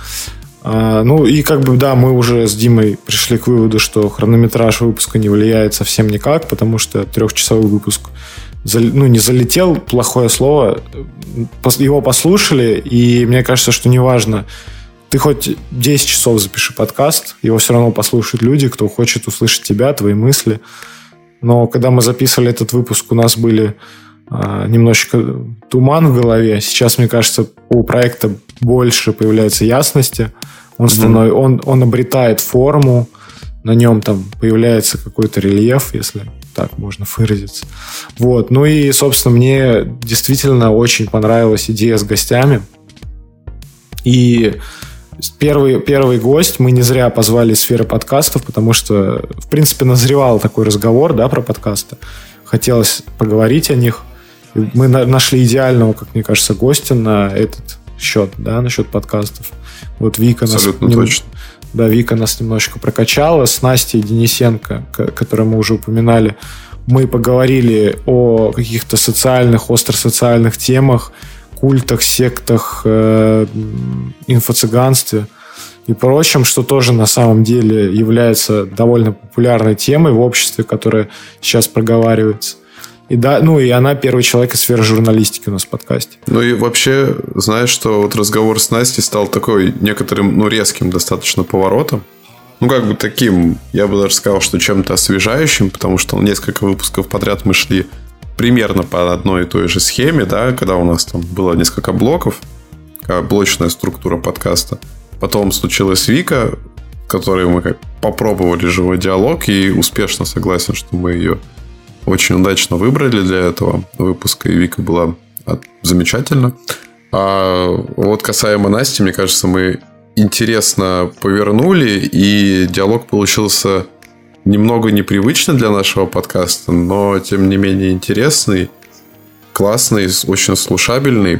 Мы уже с Димой пришли к выводу, что хронометраж выпуска не влияет совсем никак, потому что 3-часовой выпуск не залетел, плохое слово. Его послушали, и мне кажется, что неважно, ты хоть 10 часов запиши подкаст, его все равно послушают люди, кто хочет услышать тебя, твои мысли. Но когда мы записывали этот выпуск, у нас были немножечко туман в голове. Сейчас, мне кажется, у проекта больше появляется ясности. Он обретает форму, на нем там появляется какой-то рельеф, если так можно выразиться. Вот. Ну и, собственно, мне действительно очень понравилась идея с гостями. И первый гость, мы не зря позвали из сферы подкастов, потому что, в принципе, назревал такой разговор, да, про подкасты. Хотелось поговорить о них. И мы нашли идеального, как мне кажется, гостя на этот счет, да, насчет подкастов. Вот Вика абсолютно нас... точно. Да, Вика нас немножечко прокачала. С Настей Денисенко, которую мы уже упоминали, мы поговорили о каких-то остросоциальных темах, культах, сектах, инфо-цыганстве и прочем, что тоже на самом деле является довольно популярной темой в обществе, которая сейчас проговаривается. И она первый человек из сферы журналистики у нас в подкасте. Ну и вообще, знаешь, что вот разговор с Настей стал такой некоторым, резким достаточно поворотом. Таким, я бы даже сказал, что чем-то освежающим, потому что несколько выпусков подряд мы шли примерно по одной и той же схеме, да, когда у нас там было несколько блоков, блочная структура подкаста. Потом случилась Вика, с которой мы попробовали живой диалог, и успешно согласен, что мы ее очень удачно выбрали для этого выпуска, и Вика была замечательна. А вот касаемо Насти, мне кажется, мы интересно повернули, и диалог получился немного непривычный для нашего подкаста, но тем не менее интересный, классный, очень слушабельный.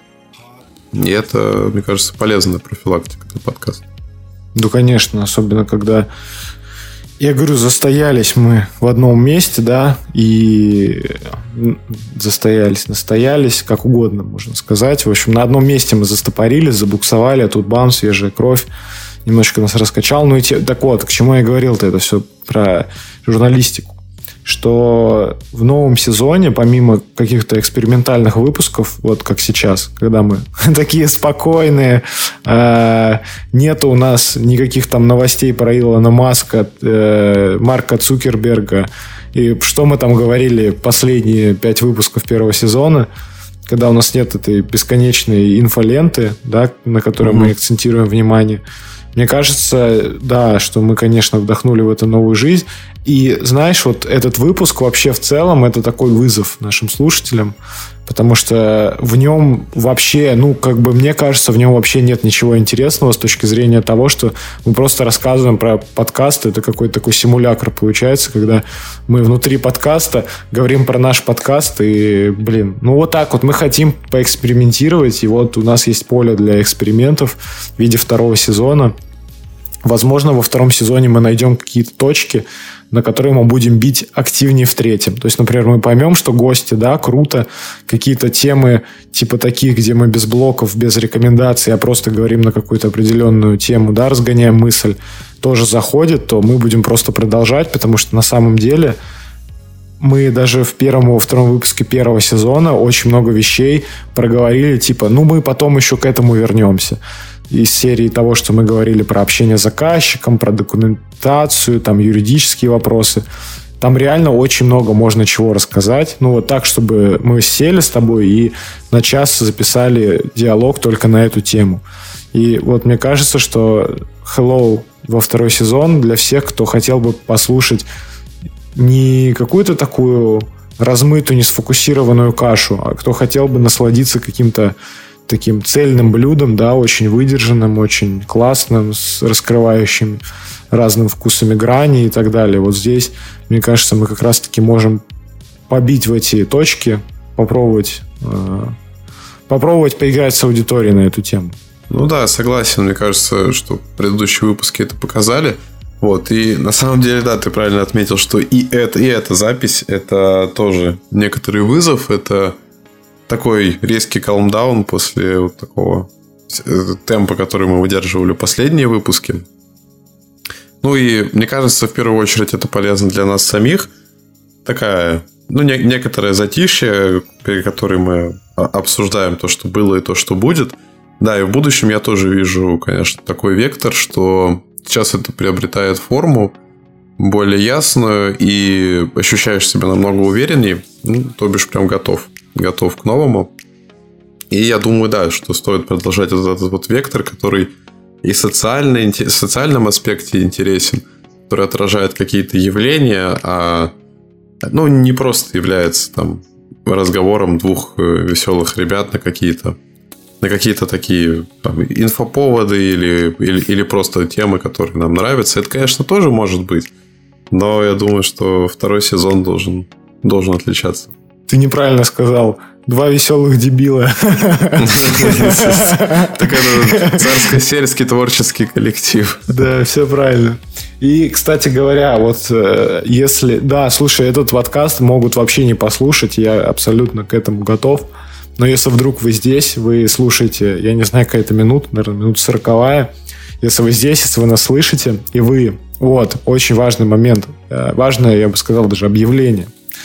И это, мне кажется, полезная профилактика для подкаста. Да, конечно, особенно когда... Я говорю, застоялись мы в одном месте, да, и настоялись, как угодно можно сказать. В общем, на одном месте мы застопорились, забуксовали, а тут бам, свежая кровь. Немножко нас раскачал. Так вот, к чему я говорил-то, это все про журналистику. Что в новом сезоне, помимо каких-то экспериментальных выпусков, вот как сейчас, когда мы такие спокойные, нету у нас никаких там новостей про Илона Маска, Марка Цукерберга, и что мы там говорили последние 5 выпусков первого сезона, когда у нас нет этой бесконечной инфоленты, да, на которой мы акцентируем внимание. Мне кажется, да, что мы, конечно, вдохнули в эту новую жизнь. И, знаешь, вот этот выпуск вообще в целом это такой вызов нашим слушателям, потому что в нем вообще, мне кажется, в нем вообще нет ничего интересного с точки зрения того, что мы просто рассказываем про подкаст. Это какой-то такой симулятор получается, когда мы внутри подкаста говорим про наш подкаст. И, вот так вот мы хотим поэкспериментировать. И вот у нас есть поле для экспериментов в виде 2-го сезона. Возможно, во 2-м сезоне мы найдем какие-то точки, на которые мы будем бить активнее в 3-м. То есть, например, мы поймем, что гости, да, круто, какие-то темы типа таких, где мы без блоков, без рекомендаций, а просто говорим на какую-то определенную тему, да, разгоняем мысль, тоже заходит, то мы будем просто продолжать, потому что на самом деле мы даже в 1-м и 2-м выпуске 1-го сезона очень много вещей проговорили, типа, мы потом еще к этому вернемся. Из серии того, что мы говорили про общение с заказчиком, про документацию, там юридические вопросы. Там реально очень много можно чего рассказать. Вот так, чтобы мы сели с тобой и на час записали диалог только на эту тему. И вот мне кажется, что Hello во 2-й сезон для всех, кто хотел бы послушать не какую-то такую размытую, несфокусированную кашу, а кто хотел бы насладиться каким-то таким цельным блюдом, да, очень выдержанным, очень классным, с раскрывающим разными вкусами грани и так далее. Вот здесь, мне кажется, мы как раз-таки можем побить в эти точки, попробовать поиграть с аудиторией на эту тему. Да, согласен. Мне кажется, что предыдущие выпуски это показали. И на самом деле, да, ты правильно отметил, что и эта запись, это тоже некоторый вызов, это такой резкий калмдаун после вот такого темпа, который мы выдерживали последние выпуски. И мне кажется, в первую очередь это полезно для нас самих. Такая, некоторое затишье, при которой мы обсуждаем то, что было и то, что будет. Да, и в будущем я тоже вижу, конечно, такой вектор, что сейчас это приобретает форму более ясную и ощущаешь себя намного увереннее, то бишь прям готов к новому. И я думаю, да, что стоит продолжать этот вот вектор, который и в социальном аспекте интересен, который отражает какие-то явления, а не просто является там разговором двух веселых ребят на какие-то такие там, инфоповоды или просто темы, которые нам нравятся. Это, конечно, тоже может быть, но я думаю, что 2-й сезон должен отличаться. Ты неправильно сказал. 2 веселых дебила. Так это царско-сельский творческий коллектив. Да, все правильно. И, кстати говоря, вот если... Да, слушай, этот подкаст могут вообще не послушать, я абсолютно к этому готов. Но если вдруг вы здесь, вы слушаете, я не знаю, какая-то минута, наверное, минута 40-я. Если вы здесь, если вы нас слышите, и вы... Вот, очень важный момент. Важное, я бы сказал, даже объявление.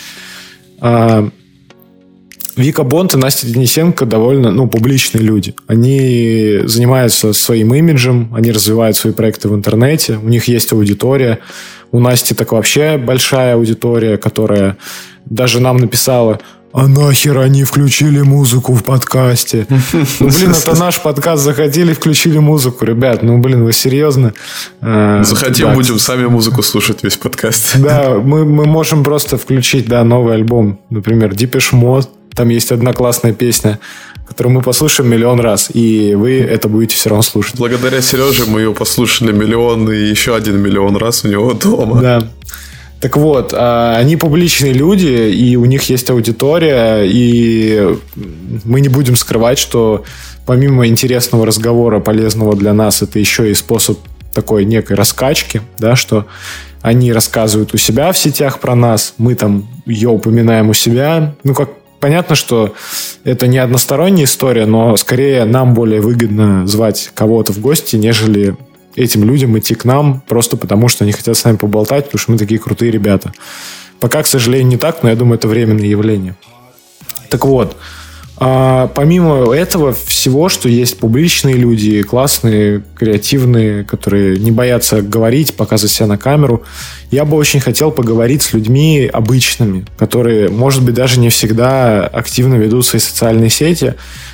Вика Бонд и Настя Денисенко довольно публичные люди. Они занимаются своим имиджем, они развивают свои проекты в интернете, у них есть аудитория. У Насти так вообще большая аудитория, которая даже нам написала: а нахер они включили музыку в подкасте? Это наш подкаст, заходили, включили музыку. Ребят, вы серьезно? Захотим, будем сами музыку слушать весь подкаст. Да, мы можем просто включить, новый альбом, например, Depeche Mode. Там есть одна классная песня, которую мы послушаем миллион раз, и вы это будете все равно слушать. Благодаря Сереже мы ее послушали миллион и еще 1 миллион раз у него дома. Да. Так вот, они публичные люди, и у них есть аудитория, и мы не будем скрывать, что помимо интересного разговора, полезного для нас, это еще и способ такой некой раскачки, да, что они рассказывают у себя в сетях про нас, мы там ее упоминаем у себя. Понятно, что это не односторонняя история, но скорее нам более выгодно звать кого-то в гости, нежели этим людям идти к нам просто потому, что они хотят с нами поболтать, потому что мы такие крутые ребята. Пока, к сожалению, не так, но я думаю, это временное явление. Так вот, помимо этого всего, что есть публичные люди, классные, креативные, которые не боятся говорить, показывать себя на камеру, я бы очень хотел поговорить с людьми обычными, которые, может быть, даже не всегда активно ведут свои социальные сети,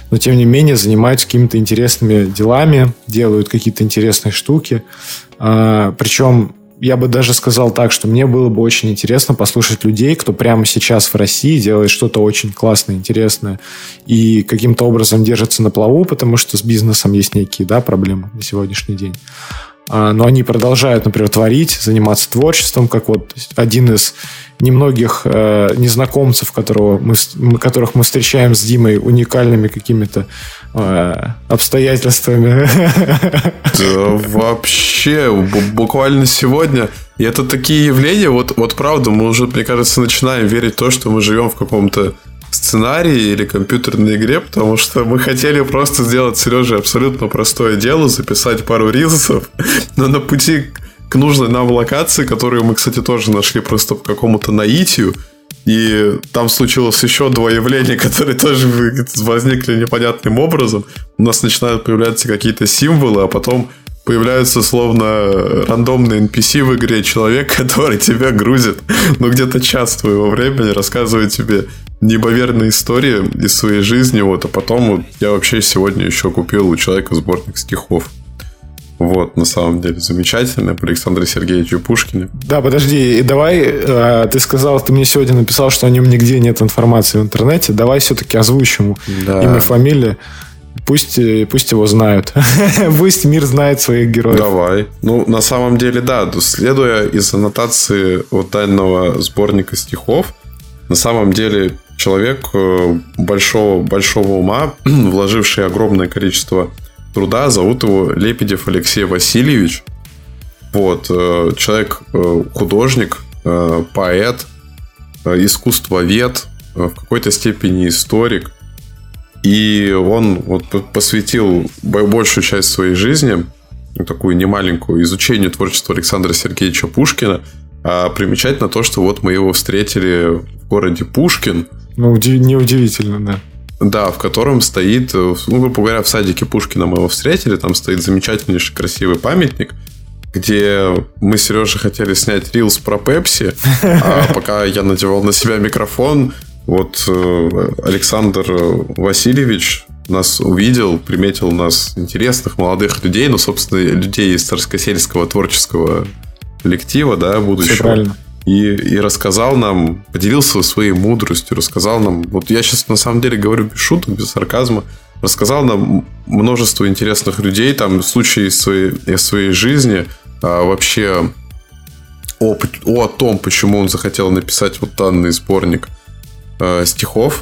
но тем не менее занимаются какими-то интересными делами, делают какие-то интересные штуки. Причем я бы даже сказал так, что мне было бы очень интересно послушать людей, кто прямо сейчас в России делает что-то очень классное, интересное и каким-то образом держится на плаву, потому что с бизнесом есть некие, да, проблемы на сегодняшний день. Но они продолжают, например, творить, заниматься творчеством, как вот один из немногих незнакомцев, которых мы встречаем с Димой уникальными какими-то обстоятельствами. Да, вообще, буквально сегодня. И это такие явления, вот правда, мы уже, мне кажется, начинаем верить в то, что мы живем в каком-то сценарии или компьютерной игре, потому что мы хотели просто сделать с Сережей абсолютно простое дело, записать пару рилсов, но на пути к нужной нам локации, которую мы, кстати, тоже нашли просто по какому-то наитию, и там случилось еще 2 явления, которые тоже возникли непонятным образом. У нас начинают появляться какие-то символы, а потом появляются словно рандомный NPC в игре, человек, который тебя грузит, где-то час твоего времени, рассказывает тебе неимоверные истории из своей жизни, а потом я вообще сегодня еще купил у человека сборник стихов. На самом деле, замечательно, по Александру Сергеевичу Пушкину. Да, подожди, давай, ты сказал, ты мне сегодня написал, что о нем нигде нет информации в интернете, давай все-таки озвучим имя, фамилия. Пусть его знают. Пусть мир знает своих героев. Давай. На самом деле, да. Следуя из аннотации данного сборника стихов, на самом деле человек большого ума, вложивший огромное количество труда, зовут его Лебедев Алексей Васильевич. Человек художник, поэт, искусствовед, в какой-то степени историк. И он посвятил большую часть своей жизни, такую немаленькую, изучению творчества Александра Сергеевича Пушкина. А примечательно то, что мы его встретили в городе Пушкин. Неудивительно, да. Да, в котором стоит, грубо говоря, в садике Пушкина мы его встретили. Там стоит замечательнейший красивый памятник, где мы с Сережей хотели снять рилс про Пепси. А пока я надевал на себя микрофон, Александр Васильевич нас увидел, приметил нас интересных молодых людей, собственно, людей из Царскосельского творческого коллектива, да, будущего. Все правильно. И рассказал нам, поделился своей мудростью, рассказал нам, я сейчас на самом деле говорю без шуток, без сарказма, рассказал нам множество интересных людей, там, случаи из своей жизни, вообще о том, почему он захотел написать данный сборник стихов.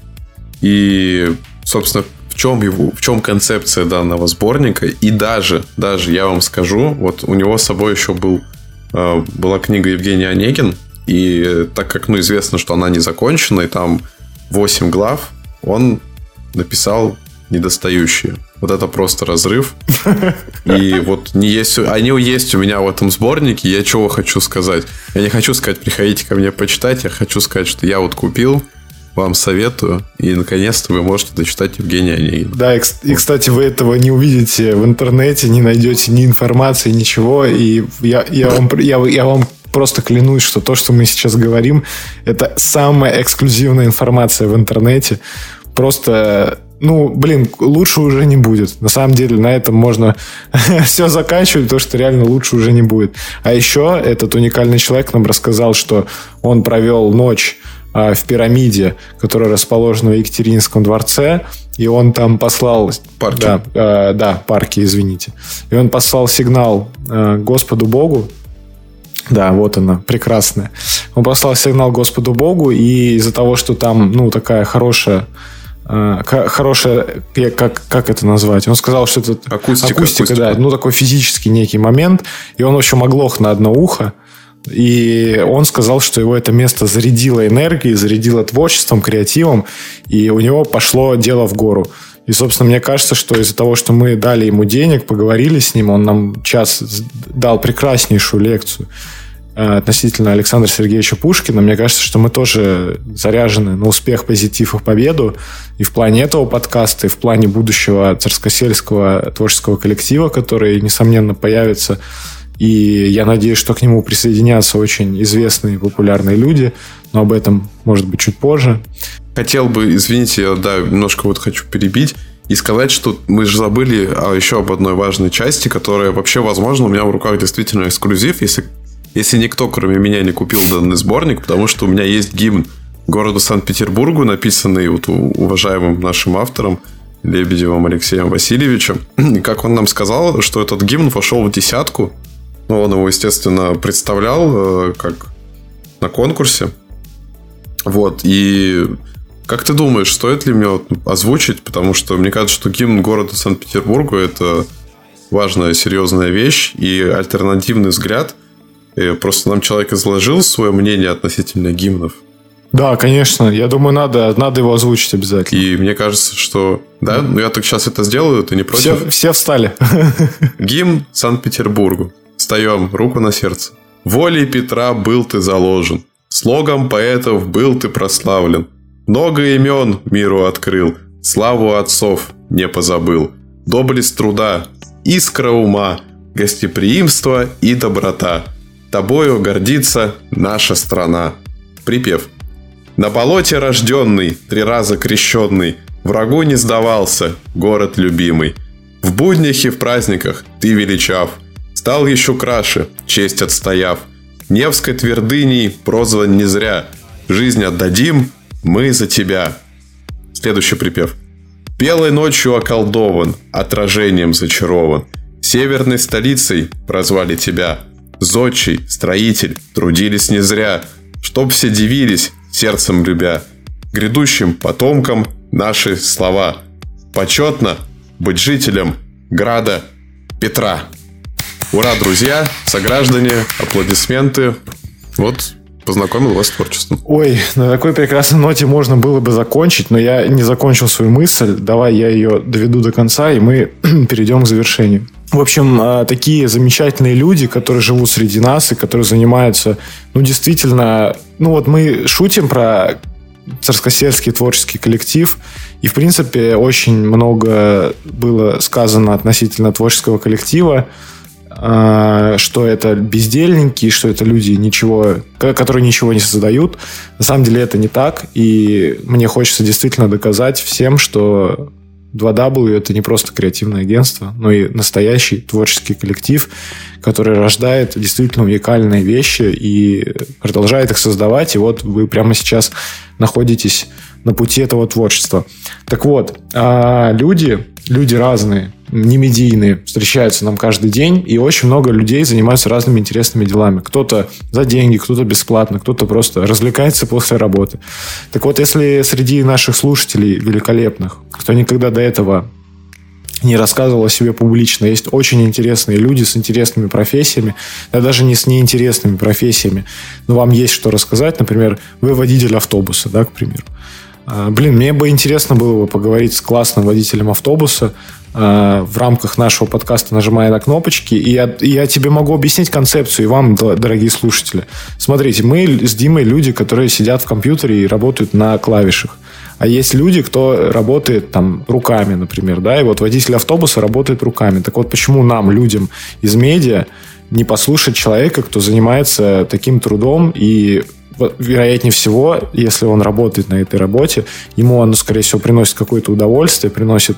И, собственно, в чем концепция данного сборника. И даже я вам скажу, у него с собой еще была книга Евгений Онегин. И так как известно, что она не закончена, и там 8 глав, он написал недостающие. Это просто разрыв. И они есть у меня в этом сборнике. Я чего хочу сказать? Я не хочу сказать, приходите ко мне почитать. Я хочу сказать, что я купил, вам советую. И, наконец-то, вы можете дочитать Евгения Онегина. Да, и, кстати, вы этого не увидите в интернете, не найдете ни информации, ничего. И я вам просто клянусь, что то, что мы сейчас говорим, это самая эксклюзивная информация в интернете. Просто... лучше уже не будет. На самом деле, на этом можно все заканчивать, потому что реально лучше уже не будет. А еще этот уникальный человек нам рассказал, что он провел ночь в пирамиде, которая расположена в Екатерининском дворце, и он там послал... Парки. Парки, извините. И он послал сигнал Господу Богу. Да, вот она, прекрасная. Он послал сигнал Господу Богу, и из-за того, что там, такая хорошая, как это назвать? Он сказал, что это акустика. Да, такой физический некий момент, и он, в общем, оглох на одно ухо, и он сказал, что его это место зарядило энергией, зарядило творчеством, креативом, и у него пошло дело в гору. И, собственно, мне кажется, что из-за того, что мы дали ему денег, поговорили с ним, он нам час дал прекраснейшую лекцию относительно Александра Сергеевича Пушкина. Мне кажется, что мы тоже заряжены на успех, позитив и победу и в плане этого подкаста, и в плане будущего Царскосельского творческого коллектива, который, несомненно, появится. И я надеюсь, что к нему присоединятся очень известные и популярные люди, но об этом, может быть, чуть позже. Хотел бы, извините, я, немножко вот хочу перебить и сказать, что мы же забыли еще об одной важной части, которая вообще, возможно, у меня в руках действительно эксклюзив, если никто, кроме меня, не купил данный сборник, потому что у меня есть гимн городу Санкт-Петербургу, написанный вот уважаемым нашим автором Лебедевым Алексеем Васильевичем. И как он нам сказал, что этот гимн вошел в 10. Ну, он его, естественно, представлял как на конкурсе. Вот, и как ты думаешь, стоит ли мне озвучить? Потому что мне кажется, что гимн города Санкт-Петербургу – это важная, серьезная вещь и альтернативный взгляд. И просто нам человек изложил свое мнение относительно гимнов. Да, конечно. Я думаю, надо его озвучить обязательно. И мне кажется, что... Да, ну я так сейчас это сделаю, ты не против? Все встали. Гимн Санкт-Петербургу. Встаем, руку на сердце. Волей Петра был ты заложен. Слогом поэтов был ты прославлен. Много имен миру открыл. Славу отцов не позабыл. Доблесть труда, искра ума, гостеприимство и доброта. Тобою гордится наша страна. Припев. На болоте рожденный, 3 раза крещенный, врагу не сдавался, город любимый. В буднях и в праздниках ты величав, стал еще краше, честь отстояв. Невской твердыней прозван не зря, жизнь отдадим мы за тебя. Следующий припев. Белой ночью околдован, отражением зачарован. Северной столицей прозвали тебя. Зодчий, строитель, трудились не зря, чтоб все дивились, сердцем любя. Грядущим потомкам наши слова. Почетно быть жителем града Петра. Ура, друзья, сограждане, аплодисменты. Вот, познакомил вас с творчеством. Ой, на такой прекрасной ноте можно было бы закончить, но я не закончил свою мысль. Давай я ее доведу до конца, и мы перейдем к завершению. В общем, такие замечательные люди, которые живут среди нас и которые занимаются, действительно... вот мы шутим про царскосельский творческий коллектив, и, в принципе, очень много было сказано относительно творческого коллектива, что это бездельники, что это люди, которые ничего не создают. На самом деле это не так, и мне хочется действительно доказать всем, что 2W – это не просто креативное агентство, но и настоящий творческий коллектив, который рождает действительно уникальные вещи и продолжает их создавать. И вот вы прямо сейчас находитесь на пути этого творчества. Так вот, люди разные, не медийные, встречаются нам каждый день, и очень много людей занимаются разными интересными делами. Кто-то за деньги, кто-то бесплатно, кто-то просто развлекается после работы. Так вот, если среди наших слушателей великолепных, кто никогда до этого не рассказывал о себе публично, есть очень интересные люди с интересными профессиями, да даже не с неинтересными профессиями, но вам есть что рассказать. Например, вы водитель автобуса, да, к примеру. Мне бы интересно было бы поговорить с классным водителем автобуса в рамках нашего подкаста «Нажимая на кнопочки». И я тебе могу объяснить концепцию, и вам, дорогие слушатели. Смотрите, мы с Димой люди, которые сидят в компьютере и работают на клавишах. А есть люди, кто работает там руками, например, да, и вот водитель автобуса работает руками. Так вот, почему нам, людям из медиа, не послушать человека, кто занимается таким трудом и... Вероятнее всего, если он работает на этой работе, ему оно, скорее всего, приносит какое-то удовольствие, приносит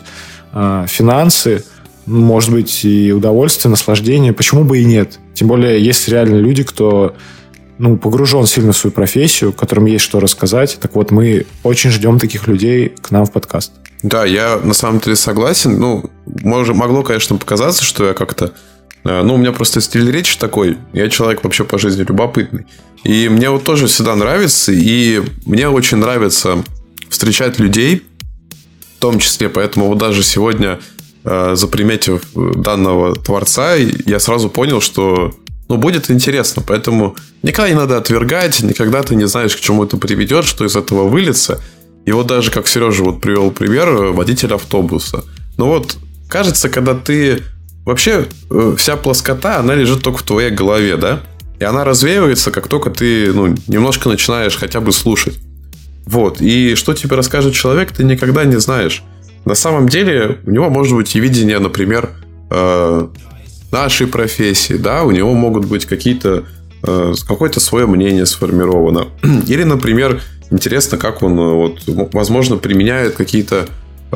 финансы, может быть, и удовольствие, наслаждение. Почему бы и нет? Тем более, есть реально люди, кто погружен сильно в свою профессию, которым есть что рассказать. Так вот, мы очень ждем таких людей к нам в подкаст. Да, я на самом деле согласен. Могло, конечно, показаться, что я как-то... у меня просто стиль речи такой. Я человек вообще по жизни любопытный. И мне вот тоже всегда нравится. И мне очень нравится встречать людей. В том числе, поэтому вот даже сегодня, заприметив данного творца, я сразу понял, что будет интересно. Поэтому никогда не надо отвергать. Никогда ты не знаешь, к чему это приведет, что из этого выльется. И вот даже, как Сережа привел пример, водитель автобуса. Кажется, когда ты... Вообще, вся плоскота, она лежит только в твоей голове, да? И она развеивается, как только ты, немножко начинаешь хотя бы слушать. Вот. И что тебе расскажет человек, ты никогда не знаешь. На самом деле, у него может быть и видение, например, нашей профессии, да, у него могут быть какое-то свое мнение сформировано. Или, например, интересно, как он, вот, возможно, применяет какие-то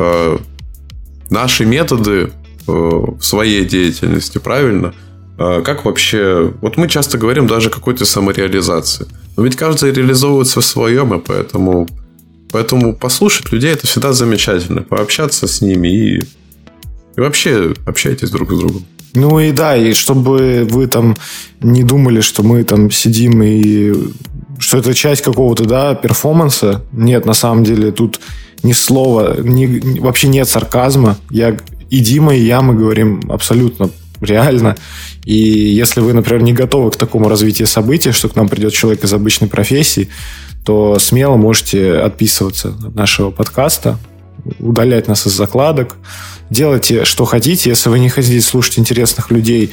наши методы в своей деятельности, правильно? Как вообще... Вот мы часто говорим даже о какой-то самореализации. Но ведь каждый реализовывается в своем, и поэтому послушать людей — это всегда замечательно. Пообщаться с ними и вообще общайтесь друг с другом. Ну и да, и чтобы вы там не думали, что мы там сидим и что это часть какого-то, да, перформанса. Нет, на самом деле тут ни слова, вообще нет сарказма. И Дима, и я, мы говорим абсолютно реально. И если вы, например, не готовы к такому развитию событий, что к нам придет человек из обычной профессии, то смело можете отписываться от нашего подкаста, удалять нас из закладок. Делайте, что хотите. Если вы не хотите слушать интересных людей,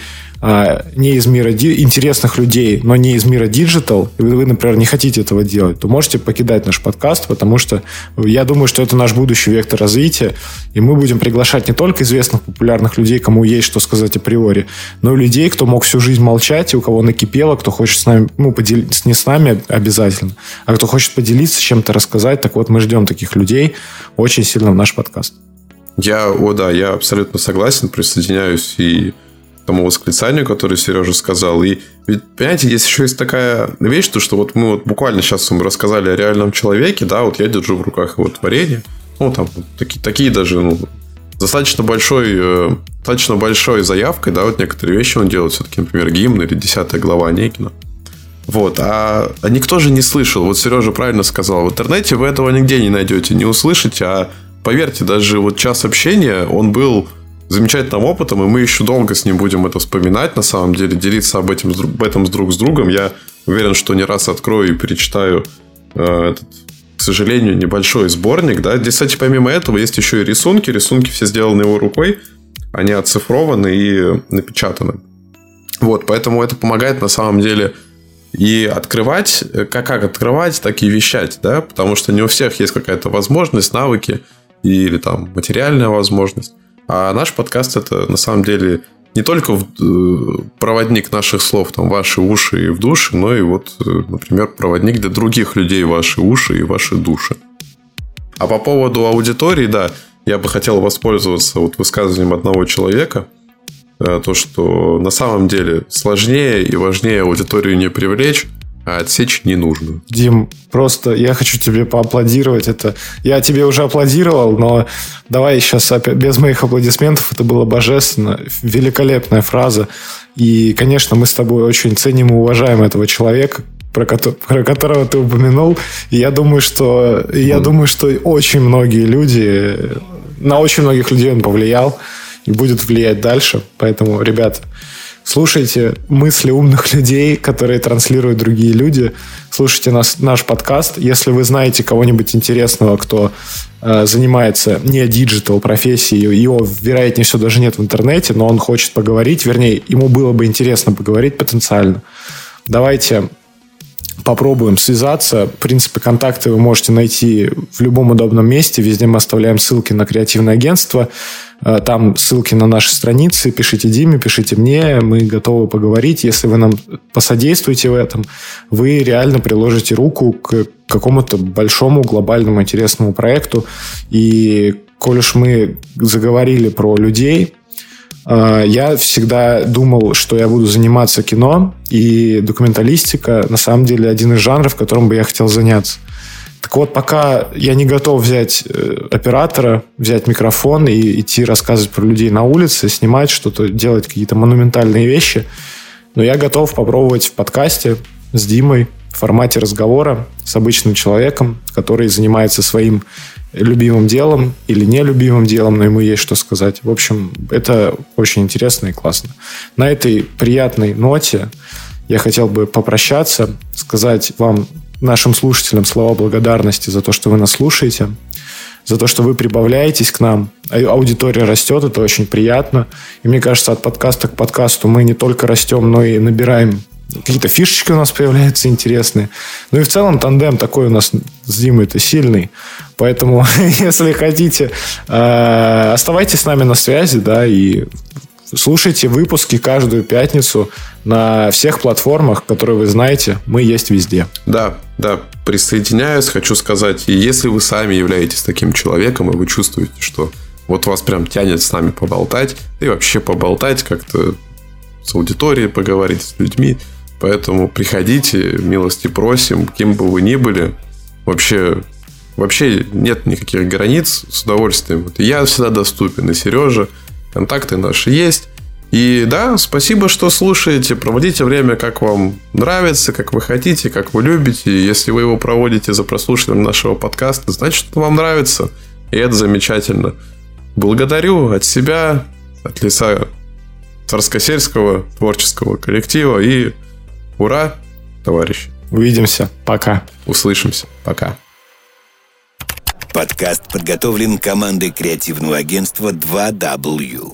не из мира интересных людей, но не из мира диджитал, и вы, например, не хотите этого делать, то можете покидать наш подкаст, потому что я думаю, что это наш будущий вектор развития, и мы будем приглашать не только известных, популярных людей, кому есть что сказать априори, но и людей, кто мог всю жизнь молчать, и у кого накипело, кто хочет с нами, поделиться, не с нами обязательно, а кто хочет поделиться, чем-то рассказать. Так вот, мы ждем таких людей очень сильно в наш подкаст. Я абсолютно согласен, присоединяюсь и к тому восклицанию, которое Сережа сказал. И ведь, понимаете, здесь еще есть такая вещь, что вот мы вот буквально сейчас вам рассказали о реальном человеке, да, вот я держу в руках его творение, там такие даже, достаточно большой заявкой, да, вот некоторые вещи он делает, все-таки, например, гимн или 10 глава Онегина. Вот, а никто же не слышал, вот Сережа правильно сказал, в интернете вы этого нигде не найдете, не услышите, а поверьте, даже вот час общения, он был замечательным опытом, и мы еще долго с ним будем это вспоминать, на самом деле, делиться об этом друг с другом. Я уверен, что не раз открою и перечитаю этот, к сожалению, небольшой сборник. Да. Здесь, кстати, помимо этого, есть еще и рисунки. Рисунки все сделаны его рукой, они оцифрованы и напечатаны. Вот, поэтому это помогает, на самом деле, и открывать, как открывать, так и вещать, да, потому что не у всех есть какая-то возможность, навыки или там материальная возможность. А наш подкаст — это, на самом деле, не только проводник наших слов там, в ваши уши и в души, но и вот, например, проводник для других людей в ваши уши и ваши души. А по поводу аудитории, да, я бы хотел воспользоваться вот высказыванием одного человека, то, что на самом деле сложнее и важнее аудиторию не привлечь, а отсечь не нужно. Дим, просто я хочу тебе поаплодировать. Я тебе уже аплодировал, но давай сейчас опять без моих аплодисментов. Это было божественно, великолепная фраза. И, конечно, мы с тобой очень ценим и уважаем этого человека, про которого ты упомянул. И я думаю, что очень многие люди, на очень многих людей он повлиял и будет влиять дальше. Поэтому, ребята, слушайте мысли умных людей, которые транслируют другие люди. Слушайте наш подкаст. Если вы знаете кого-нибудь интересного, кто занимается не диджитал профессией, его, вероятнее всего, даже нет в интернете, но он хочет поговорить, вернее, ему было бы интересно поговорить потенциально. Давайте попробуем связаться. В принципе, контакты вы можете найти в любом удобном месте. Везде мы оставляем ссылки на креативное агентство. Там ссылки на наши страницы. Пишите Диме, пишите мне. Мы готовы поговорить. Если вы нам посодействуете в этом, вы реально приложите руку к какому-то большому, глобальному, интересному проекту. И коль уж мы заговорили про людей, я всегда думал, что я буду заниматься кино, и документалистика на самом деле один из жанров, которым бы я хотел заняться. Так вот, пока я не готов взять оператора, взять микрофон и идти рассказывать про людей на улице, снимать что-то, делать какие-то монументальные вещи, но я готов попробовать в подкасте с Димой в формате разговора с обычным человеком, который занимается своим любимым делом или нелюбимым делом, но ему есть что сказать. В общем, это очень интересно и классно. На этой приятной ноте я хотел бы попрощаться, сказать вам, нашим слушателям, слова благодарности за то, что вы нас слушаете, за то, что вы прибавляетесь к нам. Аудитория растет, это очень приятно. И мне кажется, от подкаста к подкасту мы не только растем, но и набираем. Какие-то фишечки у нас появляются интересные. Ну и в целом тандем такой у нас с Димой-то сильный. Поэтому, если хотите, оставайтесь с нами на связи, да, и Слушайте выпуски каждую пятницу на всех платформах, которые вы знаете. Мы есть везде. Да, присоединяюсь. Хочу сказать, и если вы сами являетесь таким человеком, и вы чувствуете, что вот вас прям тянет с нами поболтать, и вообще поболтать как-то с аудиторией, поговорить с людьми, поэтому приходите, милости просим, кем бы вы ни были. Вообще нет никаких границ, с удовольствием. Вот я всегда доступен, и Сережа, контакты наши есть. И да, спасибо, что слушаете. Проводите время, как вам нравится, как вы хотите, как вы любите. И если вы его проводите за прослушиванием нашего подкаста, значит, что вам нравится. И это замечательно. Благодарю от себя, от лица Царскосельского творческого коллектива. И ура, товарищи. Увидимся. Пока. Услышимся. Пока. Подкаст подготовлен командой креативного агентства 2W.